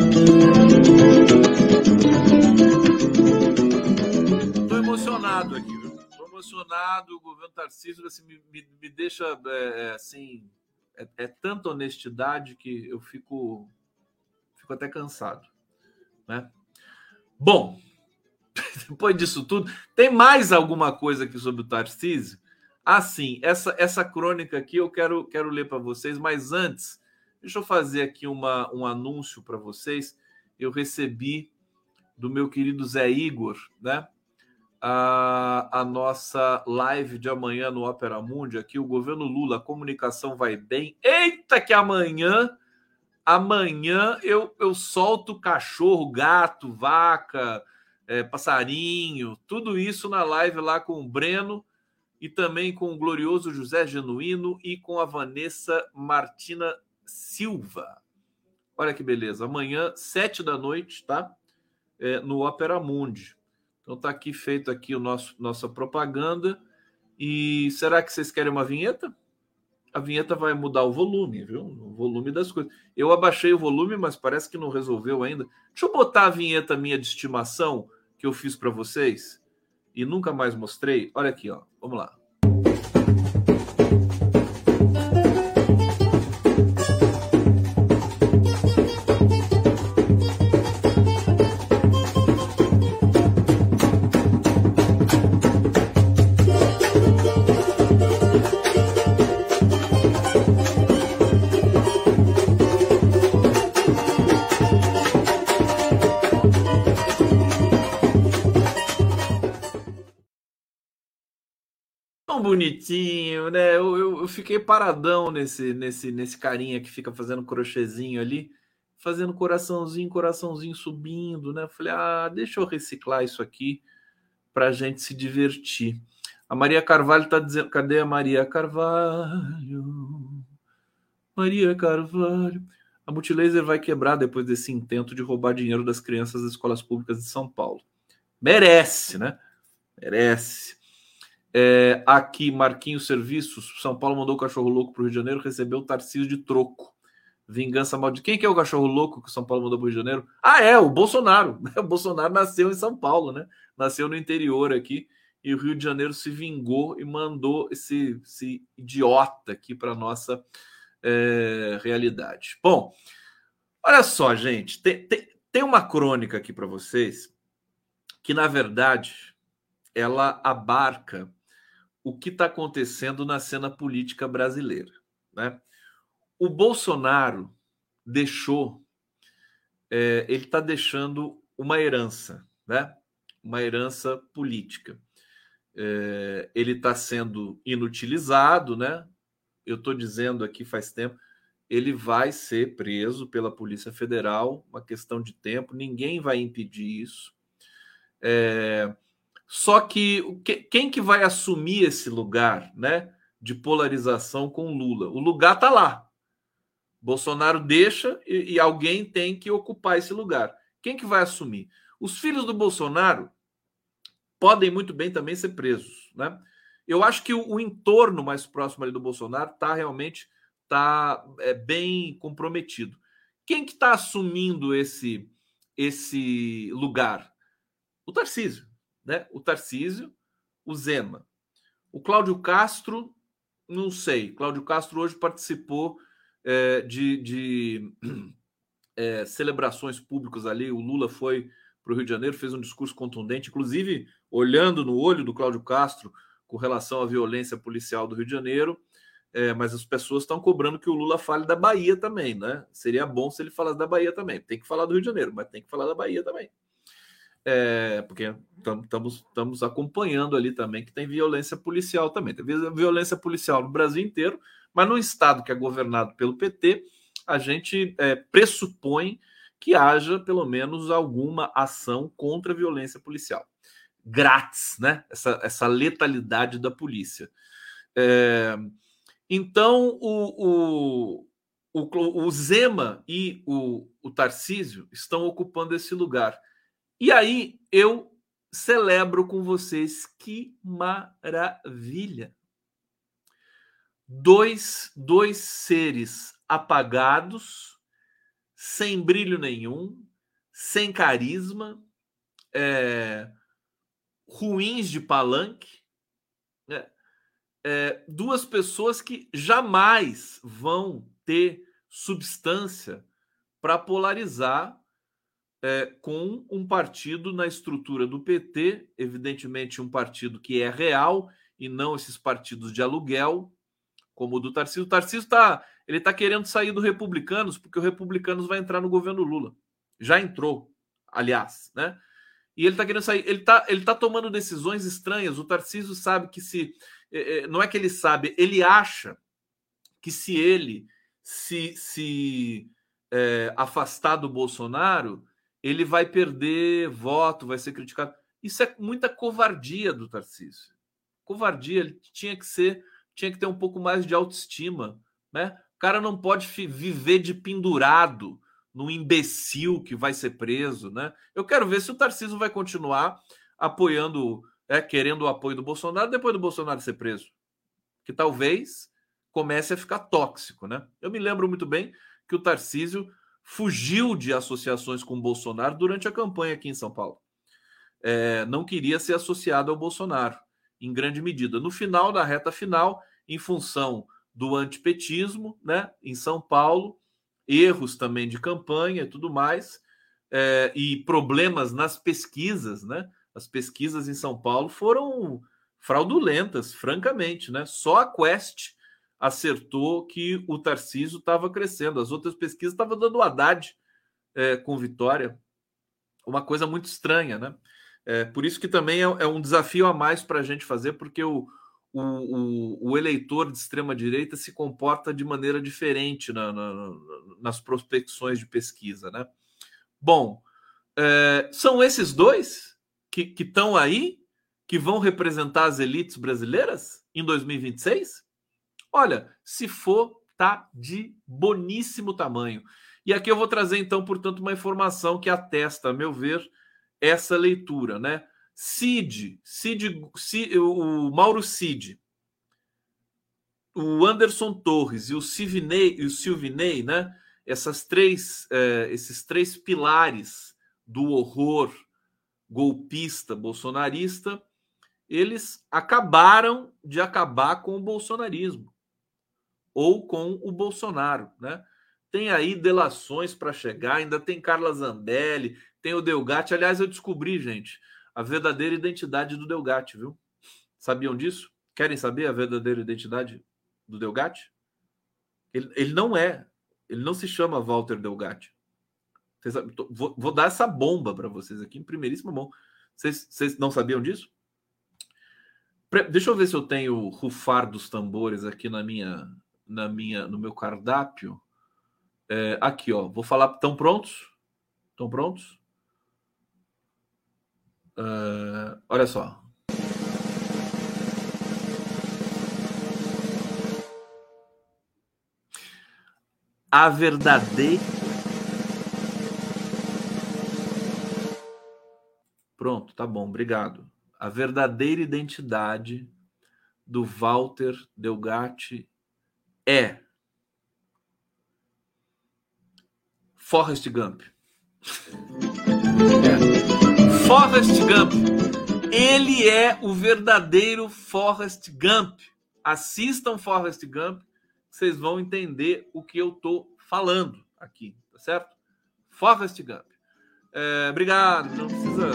Estou emocionado aqui, viu? Estou emocionado. O governo Tarcísio assim, me, me, me deixa é, assim. É, é tanta honestidade que eu fico, fico fico até cansado, né? Bom, depois disso tudo, tem mais alguma coisa aqui sobre o Tarcísio? Ah, sim, essa, essa crônica aqui eu quero, quero ler para vocês, mas antes, deixa eu fazer aqui uma, um anúncio para vocês. Eu recebi do meu querido Zé Igor, né? A, a nossa live de amanhã no Opera Mundi, aqui, o governo Lula, a comunicação vai bem. Eita, que amanhã, amanhã eu, eu solto cachorro, gato, vaca, é, passarinho, tudo isso na live lá com o Breno e também com o glorioso José Genuíno e com a Vanessa Martina Silva. Olha que beleza. Amanhã, sete da noite, tá? É, no Opera Mundi. Então tá aqui feito aqui o nosso nossa propaganda. E será que vocês querem uma vinheta? A vinheta vai mudar o volume, viu? O volume das coisas. Eu abaixei o volume, mas parece que não resolveu ainda. Deixa eu botar a vinheta minha de estimação que eu fiz para vocês e nunca mais mostrei. Olha aqui, ó. Vamos lá. Bonitinho, né? Eu, eu, eu fiquei paradão nesse, nesse, nesse carinha que fica fazendo crochêzinho ali, fazendo coraçãozinho, coraçãozinho subindo, né? Eu falei, ah, deixa eu reciclar isso aqui pra gente se divertir. A Maria Carvalho tá dizendo, cadê a Maria Carvalho? Maria Carvalho. A Multilaser vai quebrar depois desse intento de roubar dinheiro das crianças das escolas públicas de São Paulo. Merece, né? Merece. É, aqui, Marquinhos Serviços, São Paulo mandou o cachorro louco para o Rio de Janeiro, recebeu o Tarcísio de troco. Vingança mal de... Quem que é o cachorro louco que o São Paulo mandou para o Rio de Janeiro? Ah, é, o Bolsonaro. O Bolsonaro nasceu em São Paulo, né? Nasceu no interior aqui, e o Rio de Janeiro se vingou e mandou esse, esse idiota aqui para a nossa é, realidade. Bom, olha só, gente, tem, tem, tem uma crônica aqui para vocês que, na verdade, ela abarca o que está acontecendo na cena política brasileira, né? O Bolsonaro deixou, é, ele está deixando uma herança, né? Uma herança política. É, ele está sendo inutilizado, né? Eu estou dizendo aqui faz tempo, ele vai ser preso pela Polícia Federal, uma questão de tempo, ninguém vai impedir isso. É, Só que quem que vai assumir esse lugar, né, de polarização com Lula? O lugar está lá. Bolsonaro deixa e, e alguém tem que ocupar esse lugar. Quem que vai assumir? Os filhos do Bolsonaro podem muito bem também ser presos, né? Eu acho que o, o entorno mais próximo ali do Bolsonaro está realmente tá, é, bem comprometido. Quem que está assumindo esse, esse lugar? O Tarcísio. Né? O Tarcísio, o Zema. O Cláudio Castro, não sei. Cláudio Castro hoje participou é, de, de é, celebrações públicas ali. O Lula foi para o Rio de Janeiro, fez um discurso contundente, inclusive olhando no olho do Cláudio Castro com relação à violência policial do Rio de Janeiro. É, mas as pessoas estão cobrando que o Lula fale da Bahia também, né? Seria bom se ele falasse da Bahia também. Tem que falar do Rio de Janeiro, mas tem que falar da Bahia também. É, porque estamos acompanhando ali também que tem violência policial também. Tem violência policial no Brasil inteiro, mas no estado que é governado pelo P T, a gente é, pressupõe que haja pelo menos alguma ação contra a violência policial. Grátis, né? Essa, essa letalidade da polícia. É, então, o, o, o, o Zema e o, o Tarcísio estão ocupando esse lugar. E aí eu celebro com vocês, que maravilha. Dois, dois seres apagados, sem brilho nenhum, sem carisma, é, ruins de palanque, né? É, duas pessoas que jamais vão ter substância para polarizar é, com um partido na estrutura do P T, evidentemente um partido que é real e não esses partidos de aluguel, como o do Tarcísio. O Tarcísio tá, ele está querendo sair do Republicanos, porque o Republicanos vai entrar no governo Lula. Já entrou, aliás, né? E ele está querendo sair, ele está ele tá tomando decisões estranhas. O Tarcísio sabe que se... Não é que ele sabe, ele acha que se ele se, se é, afastar do Bolsonaro, ele vai perder voto, vai ser criticado. Isso é muita covardia do Tarcísio. Covardia, ele tinha que ser, tinha que ter um pouco mais de autoestima, né? O cara não pode viver de pendurado num imbecil que vai ser preso, né? Eu quero ver se o Tarcísio vai continuar apoiando, é, querendo o apoio do Bolsonaro depois do Bolsonaro ser preso. Que talvez comece a ficar tóxico, né? Eu me lembro muito bem que o Tarcísio fugiu de associações com o Bolsonaro durante a campanha aqui em São Paulo. É, não queria ser associado ao Bolsonaro, em grande medida. No final, na reta final, em função do antipetismo, né, em São Paulo, erros também de campanha e tudo mais, é, e problemas nas pesquisas, né? As pesquisas em São Paulo foram fraudulentas, francamente, né? Só a Quest acertou que o Tarcísio estava crescendo. As outras pesquisas estavam dando o Haddad é, com vitória. Uma coisa muito estranha, né? É, por isso que também é, é um desafio a mais para a gente fazer, porque o, o, o, o eleitor de extrema-direita se comporta de maneira diferente na, na, nas prospecções de pesquisa, né? Bom, é, são esses dois que estão aí, que vão representar as elites brasileiras em dois mil e vinte e seis? Olha, se for, tá de boníssimo tamanho. E aqui eu vou trazer, então, portanto, uma informação que atesta, a meu ver, essa leitura, né? Cid, Cid, Cid o Mauro Cid, o Anderson Torres e o Silvinei, e o Silvinei, né? Essas três, eh, esses três pilares do horror golpista bolsonarista, eles acabaram de acabar com o bolsonarismo ou com o Bolsonaro, né? Tem aí delações para chegar, ainda tem Carla Zambelli, tem o Delgatti. Aliás, eu descobri, gente, a verdadeira identidade do Delgatti, viu? Sabiam disso? Querem saber a verdadeira identidade do Delgatti? Ele, ele não é, ele não se chama Walter Delgatti. Vocês, vou, vou dar essa bomba para vocês aqui, em primeiríssima mão. Vocês, vocês não sabiam disso? Deixa eu ver se eu tenho rufar dos tambores aqui na minha, na minha, no meu cardápio. É, aqui, ó. Vou falar. Estão prontos? Estão prontos? Uh, olha só. A verdadeira. Pronto, tá bom, obrigado. A verdadeira identidade do Walter Delgatti é Forrest Gump. É. Forrest Gump. Ele é o verdadeiro Forrest Gump. Assistam Forrest Gump, vocês vão entender o que eu tô falando aqui, tá certo? Forrest Gump. É, obrigado, não precisa...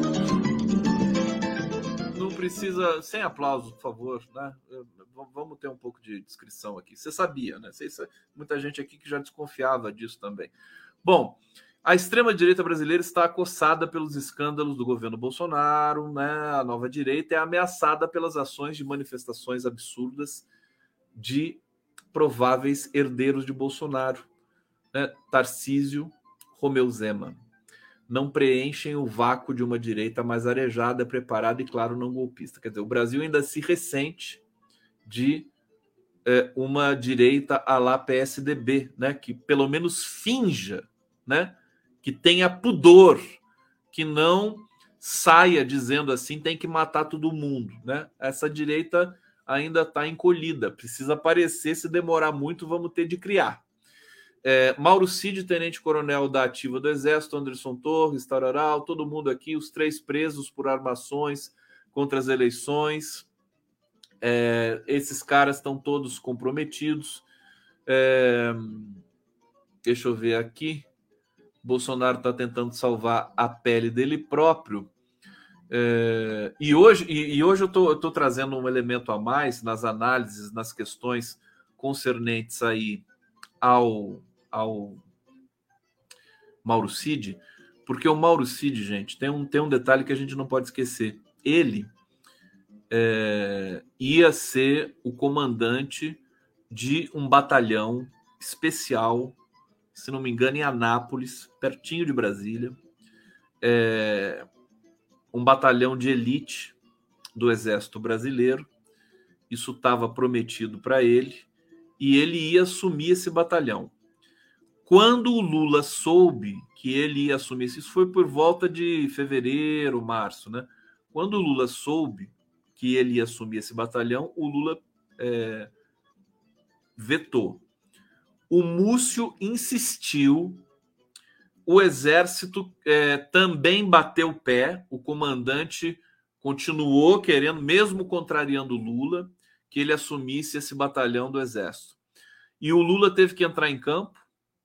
Não precisa... Sem aplausos, por favor, né? Vamos ter um pouco de descrição aqui. Você sabia, né? Muita gente aqui que já desconfiava disso também. Bom, a extrema-direita brasileira está acossada pelos escândalos do governo Bolsonaro, né? A nova direita é ameaçada pelas ações de manifestações absurdas de prováveis herdeiros de Bolsonaro, né? Tarcísio, Romeu Zema. Não preenchem o vácuo de uma direita mais arejada, preparada e, claro, não golpista. Quer dizer, o Brasil ainda se ressente de é, uma direita à la P S D B, né? Que pelo menos finja, né? Que tenha pudor, que não saia dizendo assim, tem que matar todo mundo, né? Essa direita ainda está encolhida, precisa aparecer, se demorar muito, vamos ter de criar. É, Mauro Cid, tenente-coronel da ativa do Exército, Anderson Torres, Tararal, todo mundo aqui, os três presos por armações contra as eleições. É, esses caras estão todos comprometidos. É, deixa eu ver aqui. Bolsonaro está tentando salvar a pele dele próprio. É, e, hoje, e, e hoje eu estou trazendo um elemento a mais nas análises, nas questões concernentes aí ao, ao Mauro Cid, porque o Mauro Cid, gente, tem um, tem um detalhe que a gente não pode esquecer. Ele é, ia ser o comandante de um batalhão especial, se não me engano, em Anápolis, pertinho de Brasília. É, um batalhão de elite do Exército Brasileiro. Isso estava prometido para ele e ele ia assumir esse batalhão. Quando o Lula soube que ele ia assumir isso, foi por volta de fevereiro, março, né? Quando o Lula soube que ele ia assumir esse batalhão, o Lula é, vetou. O Múcio insistiu, o Exército é, também bateu o pé, o comandante continuou querendo, mesmo contrariando o Lula, que ele assumisse esse batalhão do Exército. E o Lula teve que entrar em campo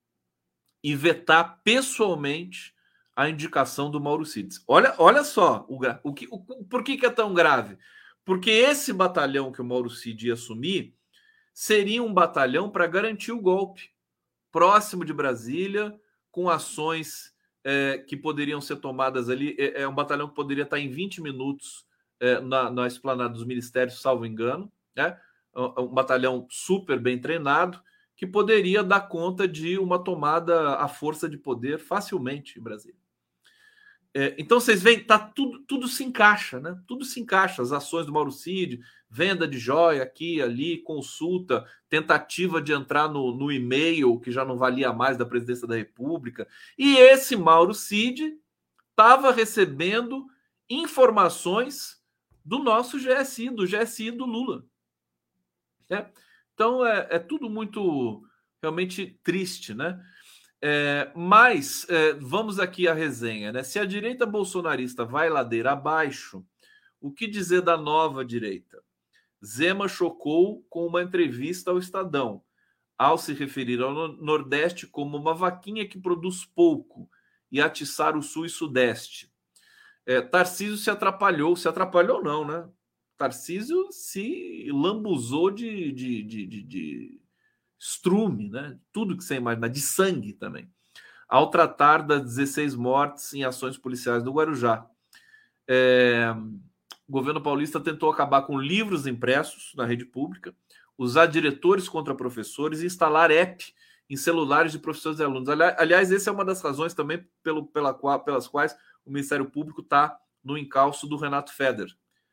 e vetar pessoalmente a indicação do Mauro Cid. Olha, olha só o, o que, o, por que, que é tão grave. Porque esse batalhão que o Mauro Cid ia assumir seria um batalhão para garantir o golpe, próximo de Brasília, com ações é, que poderiam ser tomadas ali. É, é um batalhão que poderia estar em vinte minutos é, na, na esplanada dos ministérios, salvo engano, né? Um batalhão super bem treinado, que poderia dar conta de uma tomada à força de poder facilmente em Brasília. É, então vocês veem, tá tudo, tudo se encaixa, né? Tudo se encaixa. As ações do Mauro Cid, venda de joia aqui, ali, consulta, tentativa de entrar no, no e-mail que já não valia mais da presidência da República. E esse Mauro Cid estava recebendo informações do nosso G S I, do G S I do Lula. É? Então é, é tudo muito realmente triste, né? É, mas é, vamos aqui à resenha, né? Se a direita bolsonarista vai ladeira abaixo, o que dizer da nova direita? Zema chocou com uma entrevista ao Estadão, ao se referir ao Nordeste como uma vaquinha que produz pouco e atiçar o Sul e Sudeste. É, Tarcísio se atrapalhou, se atrapalhou não, né? Tarcísio se lambuzou de, de, de, de, de estrume, né? Tudo que você imagina, de sangue também, ao tratar das dezesseis mortes em ações policiais do Guarujá. É, o governo paulista tentou acabar com livros impressos na rede pública, usar diretores contra professores e instalar app em celulares de professores e alunos. Aliás, essa é uma das razões também pelo, pela, pelas quais o Ministério Público está no encalço do Renato Feder.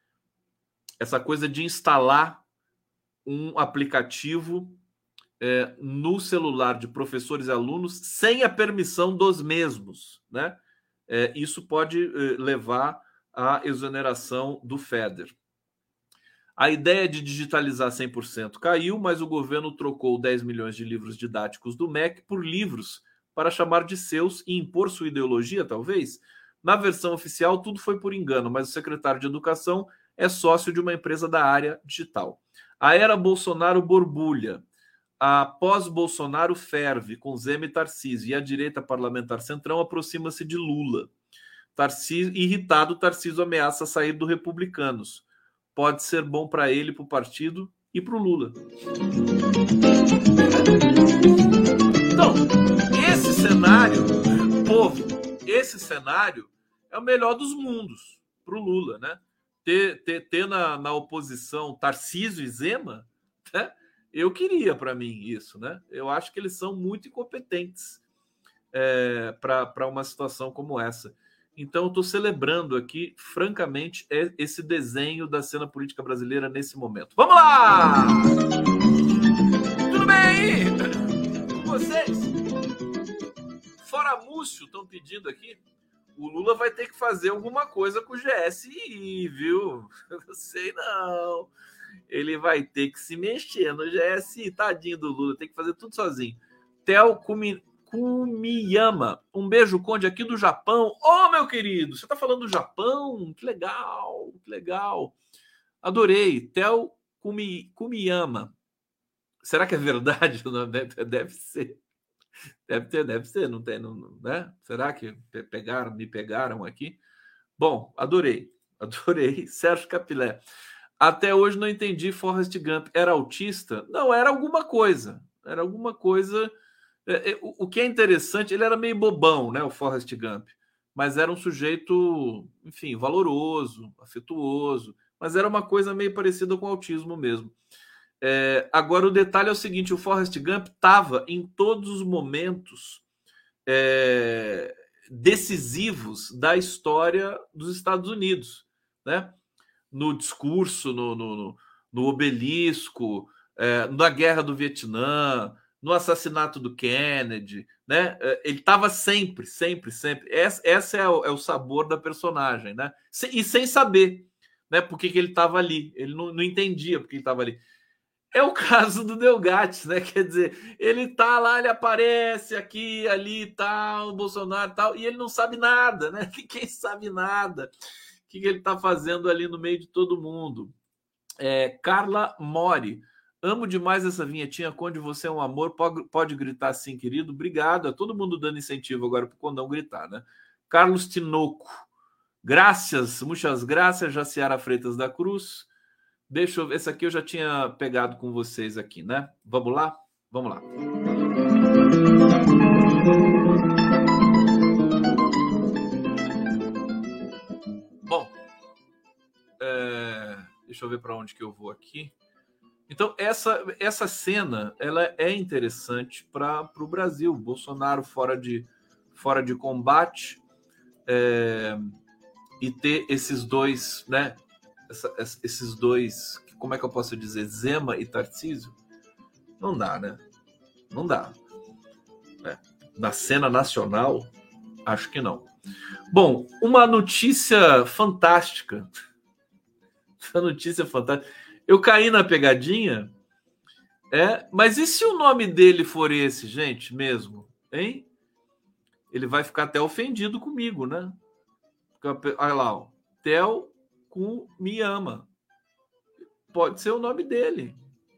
Essa coisa de instalar um aplicativo é, no celular de professores e alunos sem a permissão dos mesmos, né? É, isso pode é, levar à exoneração do Feder. A ideia de digitalizar cem por cento caiu, mas o governo trocou dez milhões de livros didáticos do M E C por livros para chamar de seus e impor sua ideologia, talvez. Na versão oficial, tudo foi por engano, mas o secretário de Educação é sócio de uma empresa da área digital. A era Bolsonaro borbulha. A pós-Bolsonaro ferve com Zema e Tarcísio, e a direita parlamentar centrão aproxima-se de Lula. Tarcísio, irritado, Tarcísio ameaça sair do Republicanos. Pode ser bom para ele, para o partido e para o Lula. Então, esse cenário, povo, esse cenário é o melhor dos mundos para o Lula, né? Ter, ter, ter na, na oposição Tarcísio e Zema, né? Eu queria para mim isso, né? Eu acho que eles são muito incompetentes é, para uma situação como essa. Então, eu estou celebrando aqui, francamente, esse desenho da cena política brasileira nesse momento. Vamos lá! Tudo bem aí? Com vocês? Fora Múcio, estão pedindo aqui. O Lula vai ter que fazer alguma coisa com o G S I, viu? Eu não sei, não. Ele vai ter que se mexer no G S I. Tadinho do Lula, tem que fazer tudo sozinho. Theo Kumi... Kumiyama, um beijo, Conde, aqui do Japão. Ô, oh, meu querido, você tá falando do Japão? Que legal, que legal. Adorei. Theo Kumi... Kumiyama. Será que é verdade? Deve, deve ser. Deve ter, deve ser, não tem, não, né? Será que pegaram, me pegaram aqui? Bom, adorei, adorei. Sérgio Capilé. Até hoje não entendi Forrest Gump. Era autista? Não, era alguma coisa. Era alguma coisa. É, é, o, o que é interessante, ele era meio bobão, né? O Forrest Gump. Mas era um sujeito, enfim, valoroso, afetuoso. Mas era uma coisa meio parecida com autismo mesmo. É, agora, o detalhe é o seguinte: o Forrest Gump estava em todos os momentos é, decisivos da história dos Estados Unidos, né? No discurso, no, no, no obelisco, é, na guerra do Vietnã, no assassinato do Kennedy, né? Ele estava sempre, sempre, sempre. Esse, esse é, o, é o sabor da personagem, né? E sem saber, né? Por que, que ele estava ali. Ele não, não entendia por que ele estava ali. É o caso do Delgates, né? Quer dizer, ele tá lá, ele aparece aqui, ali, tal, Bolsonaro, tal, e ele não sabe nada, né? Ninguém sabe nada. O que, que ele tá fazendo ali no meio de todo mundo? É, Carla Mori. Amo demais essa vinhetinha, Conde, você é um amor. Pode, pode gritar sim, querido. Obrigado. É todo mundo dando incentivo agora pro Condão gritar, né? Carlos Tinoco. Graças, muitas graças, Jaciara Freitas da Cruz. Deixa eu ver, esse aqui eu já tinha pegado com vocês aqui, né? Vamos lá? Vamos lá. Bom, é... deixa eu ver para onde que eu vou aqui. Então, essa, essa cena, ela é interessante para o Brasil. Bolsonaro fora de, fora de combate é... e ter esses dois, né? Essa, esses dois, como é que eu posso dizer, Zema e Tarcísio, não dá, né? Não dá. É. Na cena nacional, acho que não. Bom, uma notícia fantástica. Uma notícia fantástica. Eu caí na pegadinha, é, mas e se o nome dele for esse, gente, mesmo, hein? Ele vai ficar até ofendido comigo, né? Olha lá, ó. Theo com me ama. Pode ser o nome dele.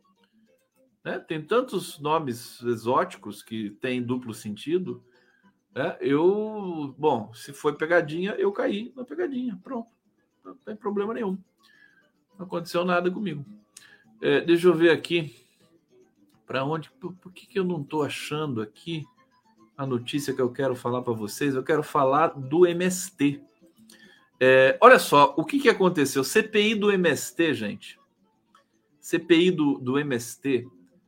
Né? Tem tantos nomes exóticos que têm duplo sentido. Né? Eu, bom, se foi pegadinha, eu caí na pegadinha. Pronto. Não tem problema nenhum. Não aconteceu nada comigo. É, deixa eu ver aqui. Para onde? Por, por que, que eu não estou achando aqui a notícia que eu quero falar para vocês? Eu quero falar do M S T. É, olha só, o que, que aconteceu? C P I do M S T, gente. C P I do, do M S T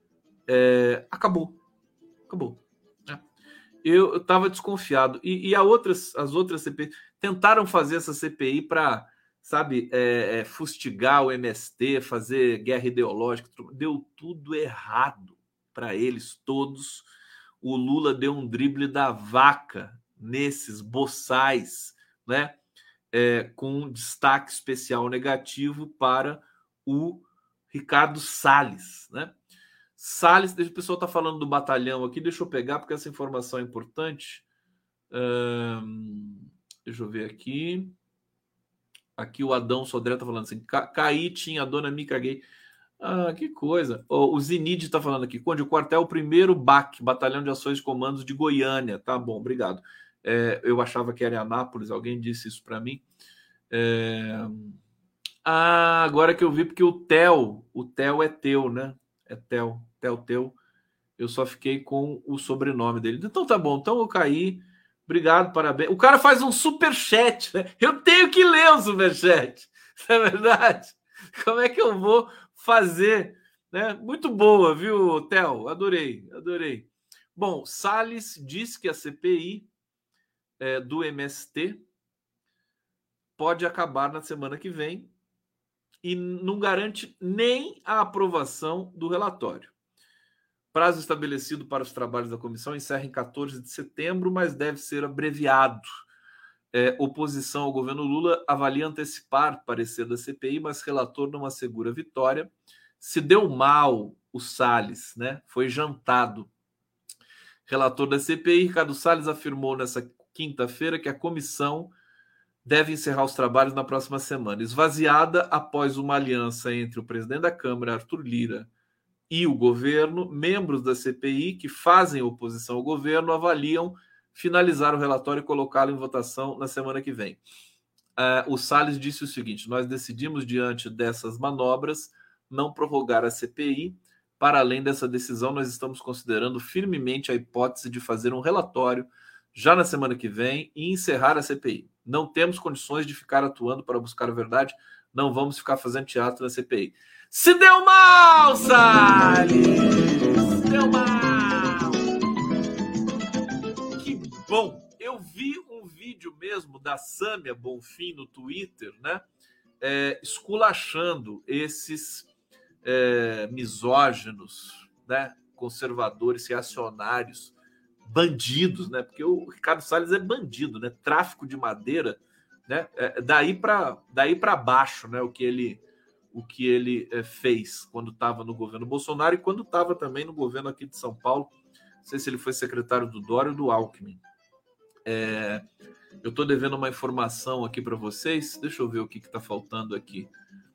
é, acabou. Acabou. Né? Eu estava desconfiado. E, e a outras, as outras C P I tentaram fazer essa C P I para, sabe, é, é, fustigar o M S T, fazer guerra ideológica. Deu tudo errado para eles todos. O Lula deu um drible da vaca nesses boçais, né? É, com destaque especial negativo para o Ricardo Salles, né? Salles, o pessoal está falando do batalhão aqui, deixa eu pegar porque essa informação é importante. Hum, deixa eu ver aqui. Aqui o Adão Sodré está falando assim: caí, tinha a dona me caguei. Ah, que coisa. O Zinide está falando aqui: Conde, o quartel é o primeiro B A C, Batalhão de Ações e Comandos de Goiânia. Tá bom, obrigado. É, eu achava que era em Anápolis, alguém disse isso para mim. É... Ah, agora que eu vi, porque o Theo, o Theo é teu, né? É Theo, Theo teu. Eu só fiquei com o sobrenome dele. Então tá bom, então eu caí. Obrigado, parabéns. O cara faz um superchat, né? Eu tenho que ler o superchat. Não é verdade? Como é que eu vou fazer? Né? Muito boa, viu, Theo? Adorei, adorei. Bom, Salles diz que a C P I é, do M S T pode acabar na semana que vem e não garante nem a aprovação do relatório. Prazo estabelecido para os trabalhos da comissão encerra em quatorze de setembro, mas deve ser abreviado. É, oposição ao governo Lula avalia antecipar parecer da C P I, mas relator não assegura vitória. Se deu mal o Salles, né? Foi jantado. Relator da C P I, Ricardo Salles, afirmou nessa quinta-feira que a comissão deve encerrar os trabalhos na próxima semana, esvaziada após uma aliança entre o presidente da Câmara, Arthur Lira, e o governo, membros da C P I que fazem oposição ao governo avaliam finalizar o relatório e colocá-lo em votação na semana que vem. Uh, o Salles disse o seguinte: nós decidimos, diante dessas manobras, não prorrogar a C P I. Para além dessa decisão, nós estamos considerando firmemente a hipótese de fazer um relatório já na semana que vem e encerrar a C P I. Não temos condições de ficar atuando para buscar a verdade, não vamos ficar fazendo teatro na C P I. Se deu mal, Salles! Se deu mal! Que bom! Eu vi um vídeo mesmo da Sâmia Bonfim no Twitter, né? É, esculachando esses é, misóginos, né? Conservadores, reacionários, bandidos, né? Porque o Ricardo Salles é bandido, né? Tráfico de madeira, né? É, daí para daí para baixo, né? O que ele o que ele é, fez quando estava no governo Bolsonaro e quando estava também no governo aqui de São Paulo. Não sei se ele foi secretário do Dória ou do Alckmin. É, eu estou devendo uma informação aqui para vocês. Deixa eu ver o que está faltando aqui.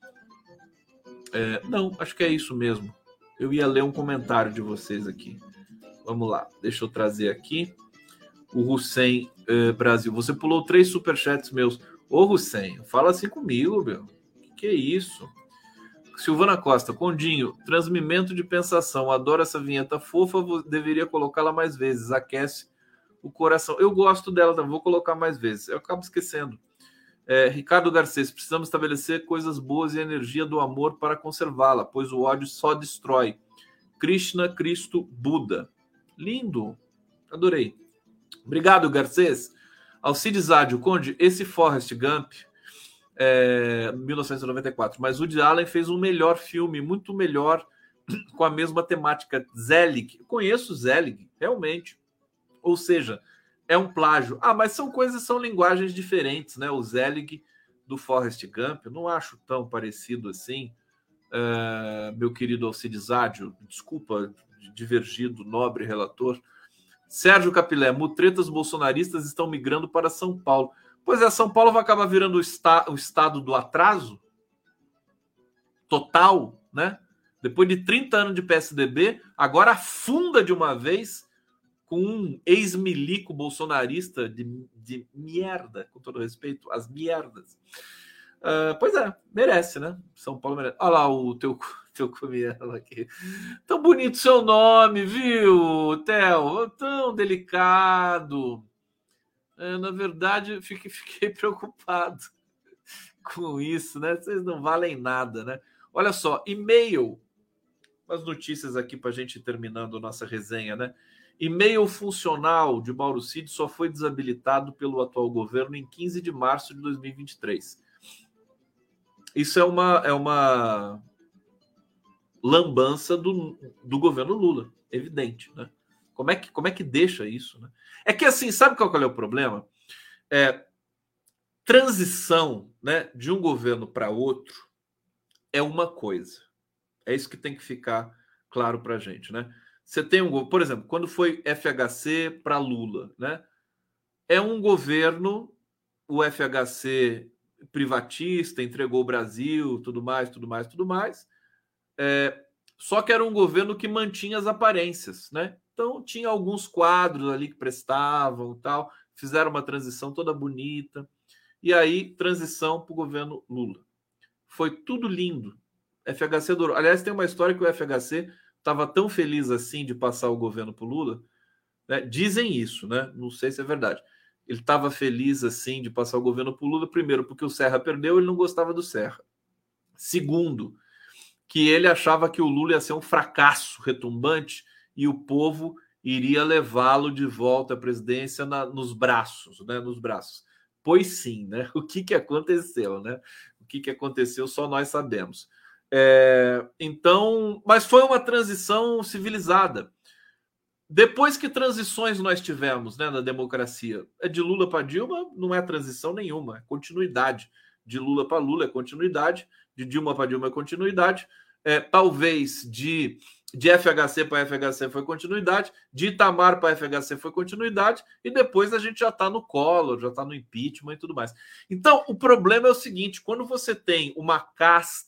É, não, acho que é isso mesmo. Eu ia ler um comentário de vocês aqui. Vamos lá, deixa eu trazer aqui. O Hussein eh, Brasil. Você pulou três superchats meus. Ô, Hussein, fala assim comigo, meu. Que, que é isso? Silvana Costa, Condinho, transmimento de pensação. Adoro essa vinheta fofa, deveria colocá-la mais vezes. Aquece o coração. Eu gosto dela, tá? Vou colocar mais vezes. Eu acabo esquecendo. É, Ricardo Garcês, precisamos estabelecer coisas boas e energia do amor para conservá-la, pois o ódio só destrói. Krishna, Cristo, Buda. Lindo. Adorei. Obrigado, Garcês. Alcides Ádio, Conde, esse Forrest Gump, é, mil novecentos e noventa e quatro, mas Woody Allen fez um melhor filme, muito melhor, com a mesma temática. Zelig, conheço Zelig, realmente. Ou seja, é um plágio. Ah, mas são coisas, são linguagens diferentes, né? O Zelig do Forrest Gump, eu não acho tão parecido assim. Uh, meu querido Alcides Ádio, desculpa, divergido, nobre relator. Sérgio Capilé, mutretas bolsonaristas estão migrando para São Paulo. Pois é, São Paulo vai acabar virando o, esta, o estado do atraso total, né? Depois de trinta anos de P S D B, agora afunda de uma vez com um ex-milico bolsonarista de, de merda, com todo respeito, as merdas. Uh, pois é, merece, né? São Paulo merece. Olha lá o teu, teu comielo aqui. Tão bonito seu nome, viu, Theo? Tão delicado. Uh, na verdade, fiquei, fiquei preocupado com isso, né? Vocês não valem nada, né? Olha só, e-mail. Umas notícias aqui para a gente ir terminando nossa resenha, né? E-mail funcional de Mauro Cid só foi desabilitado pelo atual governo em quinze de março de dois mil e vinte e três. Isso é uma, é uma lambança do, do governo Lula, evidente, né? Como é que, como é que deixa isso, né? É que assim, sabe qual, qual é o problema? É, transição, né, de um governo para outro é uma coisa. É isso que tem que ficar claro para a gente, né? Você tem um, por exemplo, quando foi F H C para Lula, né? É um governo, o F H C privatista, entregou o Brasil, tudo mais, tudo mais, tudo mais. É, só que era um governo que mantinha as aparências, né? Então tinha alguns quadros ali que prestavam e tal, fizeram uma transição toda bonita. E aí, transição para o governo Lula. Foi tudo lindo. F H C durou. Aliás, tem uma história que o F H C estava tão feliz assim de passar o governo para o Lula, né? Dizem isso, né? Não sei se é verdade. Ele estava feliz assim de passar o governo para o Lula, primeiro, porque o Serra perdeu, ele não gostava do Serra. Segundo, que ele achava que o Lula ia ser um fracasso retumbante e o povo iria levá-lo de volta à presidência na, nos braços, né? Nos braços. Pois sim, né? O que, que aconteceu, né? O que, que aconteceu só nós sabemos. É, então, mas foi uma transição civilizada. Depois que transições nós tivemos, né, na democracia, é de Lula para Dilma, não é transição nenhuma, é continuidade. De Lula para Lula é continuidade, de Dilma para Dilma é continuidade, é, talvez de, de F H C para F H C foi continuidade, de Itamar para F H C foi continuidade, e depois a gente já está no Collor, já está no impeachment e tudo mais. Então, o problema é o seguinte, quando você tem uma casta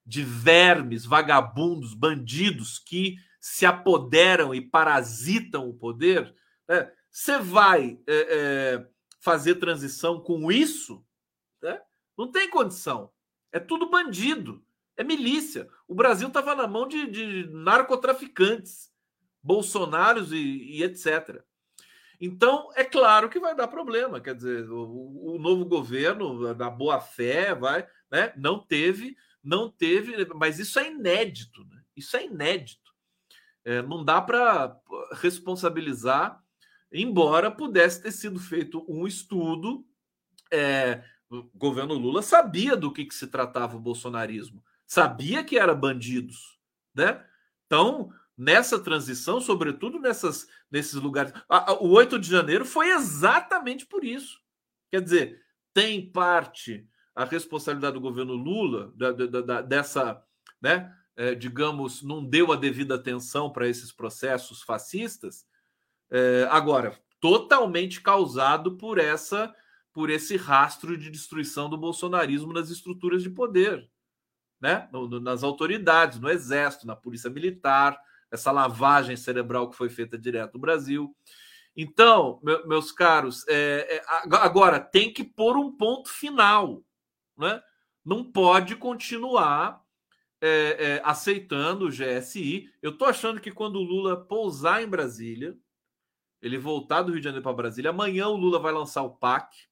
de vermes, vagabundos, bandidos que se apoderam e parasitam o poder, né? Você vai é, é, fazer transição com isso? Né? Não tem condição. É tudo bandido. É milícia. O Brasil estava na mão de, de narcotraficantes, bolsonaros e, e etcétera. Então, é claro que vai dar problema. Quer dizer, o, o novo governo, da boa-fé, vai, né? Não teve, não teve, mas isso é inédito. Né? Isso é inédito. É, não dá para responsabilizar, embora pudesse ter sido feito um estudo. É, o governo Lula sabia do que, que se tratava o bolsonarismo, sabia que era bandidos, né? Então, nessa transição, sobretudo nessas, nesses lugares, a, a, o oito de janeiro foi exatamente por isso. Quer dizer, tem parte a responsabilidade do governo Lula da, da, da, dessa, né? É, digamos, não deu a devida atenção para esses processos fascistas. É, agora, totalmente causado por essa por esse rastro de destruição do bolsonarismo nas estruturas de poder, né? No, no, nas autoridades, no exército, na polícia militar, essa lavagem cerebral que foi feita direto no Brasil. Então, meu, meus caros, é, é, agora tem que pôr um ponto final, né? Não pode continuar é, é, aceitando o G S I. Eu estou achando que quando o Lula pousar em Brasília, ele voltar do Rio de Janeiro para Brasília, amanhã o Lula vai lançar o P A C.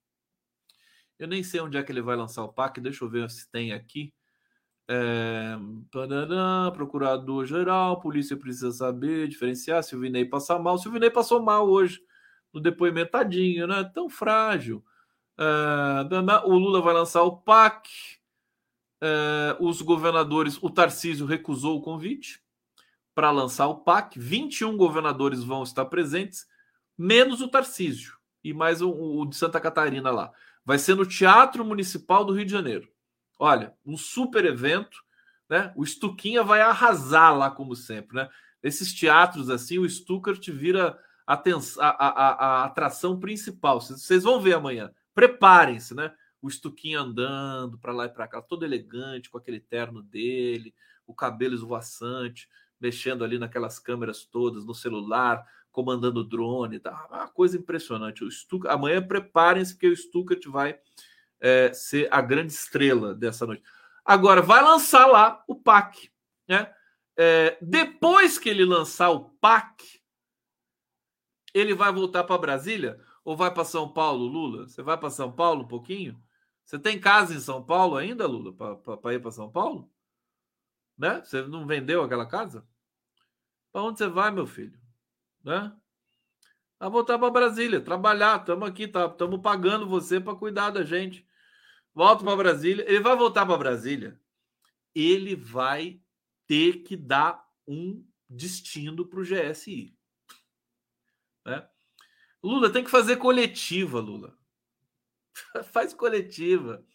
Eu nem sei onde é que ele vai lançar o P A C, deixa eu ver se tem aqui. É... Procurador-geral, polícia precisa saber, diferenciar. Silvinei passa mal. Silvinei passou mal hoje no depoimento, tadinho, né? Tão frágil. É... O Lula vai lançar o P A C. É... Os governadores, o Tarcísio recusou o convite para lançar o P A C. vinte e um governadores vão estar presentes, menos o Tarcísio e mais o, o de Santa Catarina lá. Vai ser no Teatro Municipal do Rio de Janeiro. Olha, um super evento, né? O Stuquinha vai arrasar lá, como sempre, né? Esses teatros assim, o Stuckert vira a, a, a, a atração principal. Vocês vão ver amanhã. Preparem-se, né? O Stuquinha andando para lá e para cá, todo elegante, com aquele terno dele, o cabelo esvoaçante, mexendo ali naquelas câmeras todas, no celular, comandando o drone, tá? Uma coisa impressionante. O Stuka, amanhã preparem-se, porque o Stuckert vai é, ser a grande estrela dessa noite. Agora, vai lançar lá o P A C, né? É, depois que ele lançar o P A C, ele vai voltar para Brasília ou vai para São Paulo, Lula? Você vai para São Paulo um pouquinho? Você tem casa em São Paulo ainda, Lula, para ir para São Paulo? Né? Você não vendeu aquela casa? Para onde você vai, meu filho? Né? A voltar para Brasília, trabalhar, estamos aqui, estamos tá, pagando você para cuidar da gente. Volta para Brasília, ele vai voltar para Brasília, ele vai ter que dar um destino para o G S I. Né? Lula tem que fazer coletiva, Lula. Faz coletiva.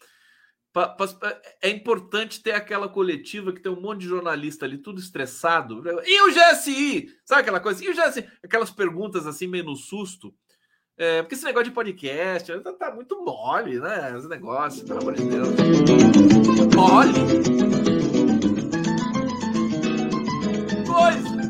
É importante ter aquela coletiva que tem um monte de jornalista ali, tudo estressado. E o G S I? Sabe aquela coisa? E o G S I? Aquelas perguntas assim, meio no susto. É, porque esse negócio de podcast tá, tá muito mole, né? Esse negócio, pelo amor de Deus. Mole. Coisa.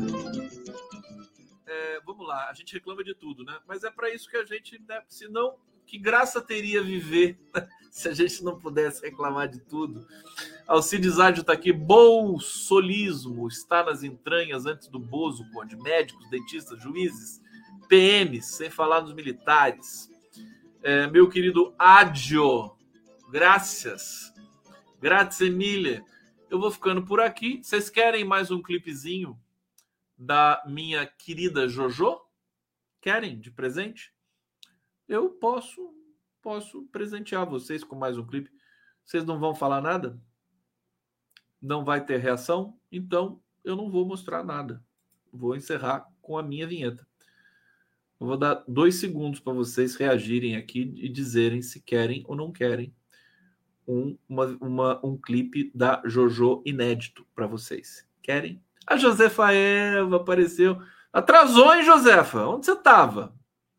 É, vamos lá, a gente reclama de tudo, né? Mas é para isso que a gente, né? Senão, que graça teria viver se a gente não pudesse reclamar de tudo. Alcides Ádio está aqui. Bolsolismo está nas entranhas antes do Bozo, Conde. Médicos, dentistas, juízes, P Ms, sem falar nos militares. É, meu querido Ádio, graças. Grazie mille. Eu vou ficando por aqui. Vocês querem mais um clipezinho da minha querida Jojo? Querem de presente? Eu posso, posso presentear vocês com mais um clipe. Vocês não vão falar nada? Não vai ter reação? Então eu não vou mostrar nada. Vou encerrar com a minha vinheta. Eu vou dar dois segundos para vocês reagirem aqui e dizerem se querem ou não querem um, uma, uma, um clipe da Jojo inédito para vocês. Querem? A Josefa Eva apareceu. Atrasou, hein, Josefa? Onde você estava?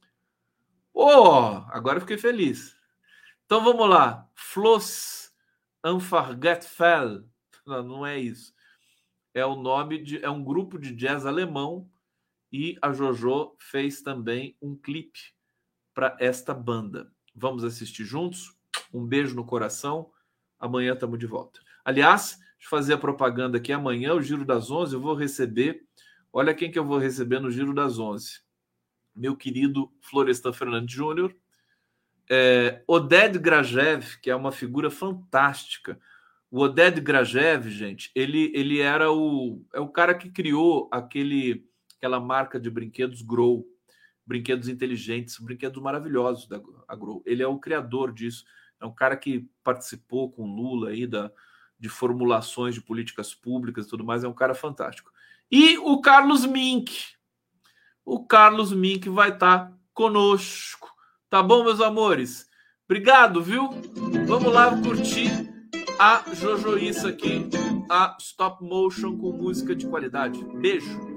Oh, agora eu fiquei feliz. Então vamos lá. Floss Unforgetful. Não, não é isso. É o nome de... É um grupo de jazz alemão e a JoJo fez também um clipe para esta banda. Vamos assistir juntos? Um beijo no coração. Amanhã estamos de volta. Aliás, deixa eu fazer a propaganda aqui. Amanhã, o Giro das Onze, eu vou receber... Olha quem que eu vou receber no Giro das Onze. Meu querido Florestan Fernandes Júnior, é, Oded Grajew, que é uma figura fantástica. O Oded Grajew, gente, ele, ele era o, é o cara que criou aquele, aquela marca de brinquedos Grow, brinquedos inteligentes, brinquedos maravilhosos da Grow. Ele é o criador disso. É um cara que participou com Lula aí da, de formulações de políticas públicas e tudo mais. É um cara fantástico. E o Carlos Mink. O Carlos Mink vai estar conosco. Tá bom, meus amores? Obrigado, viu? Vamos lá curtir a Jojoiça aqui, a stop motion com música de qualidade. Beijo.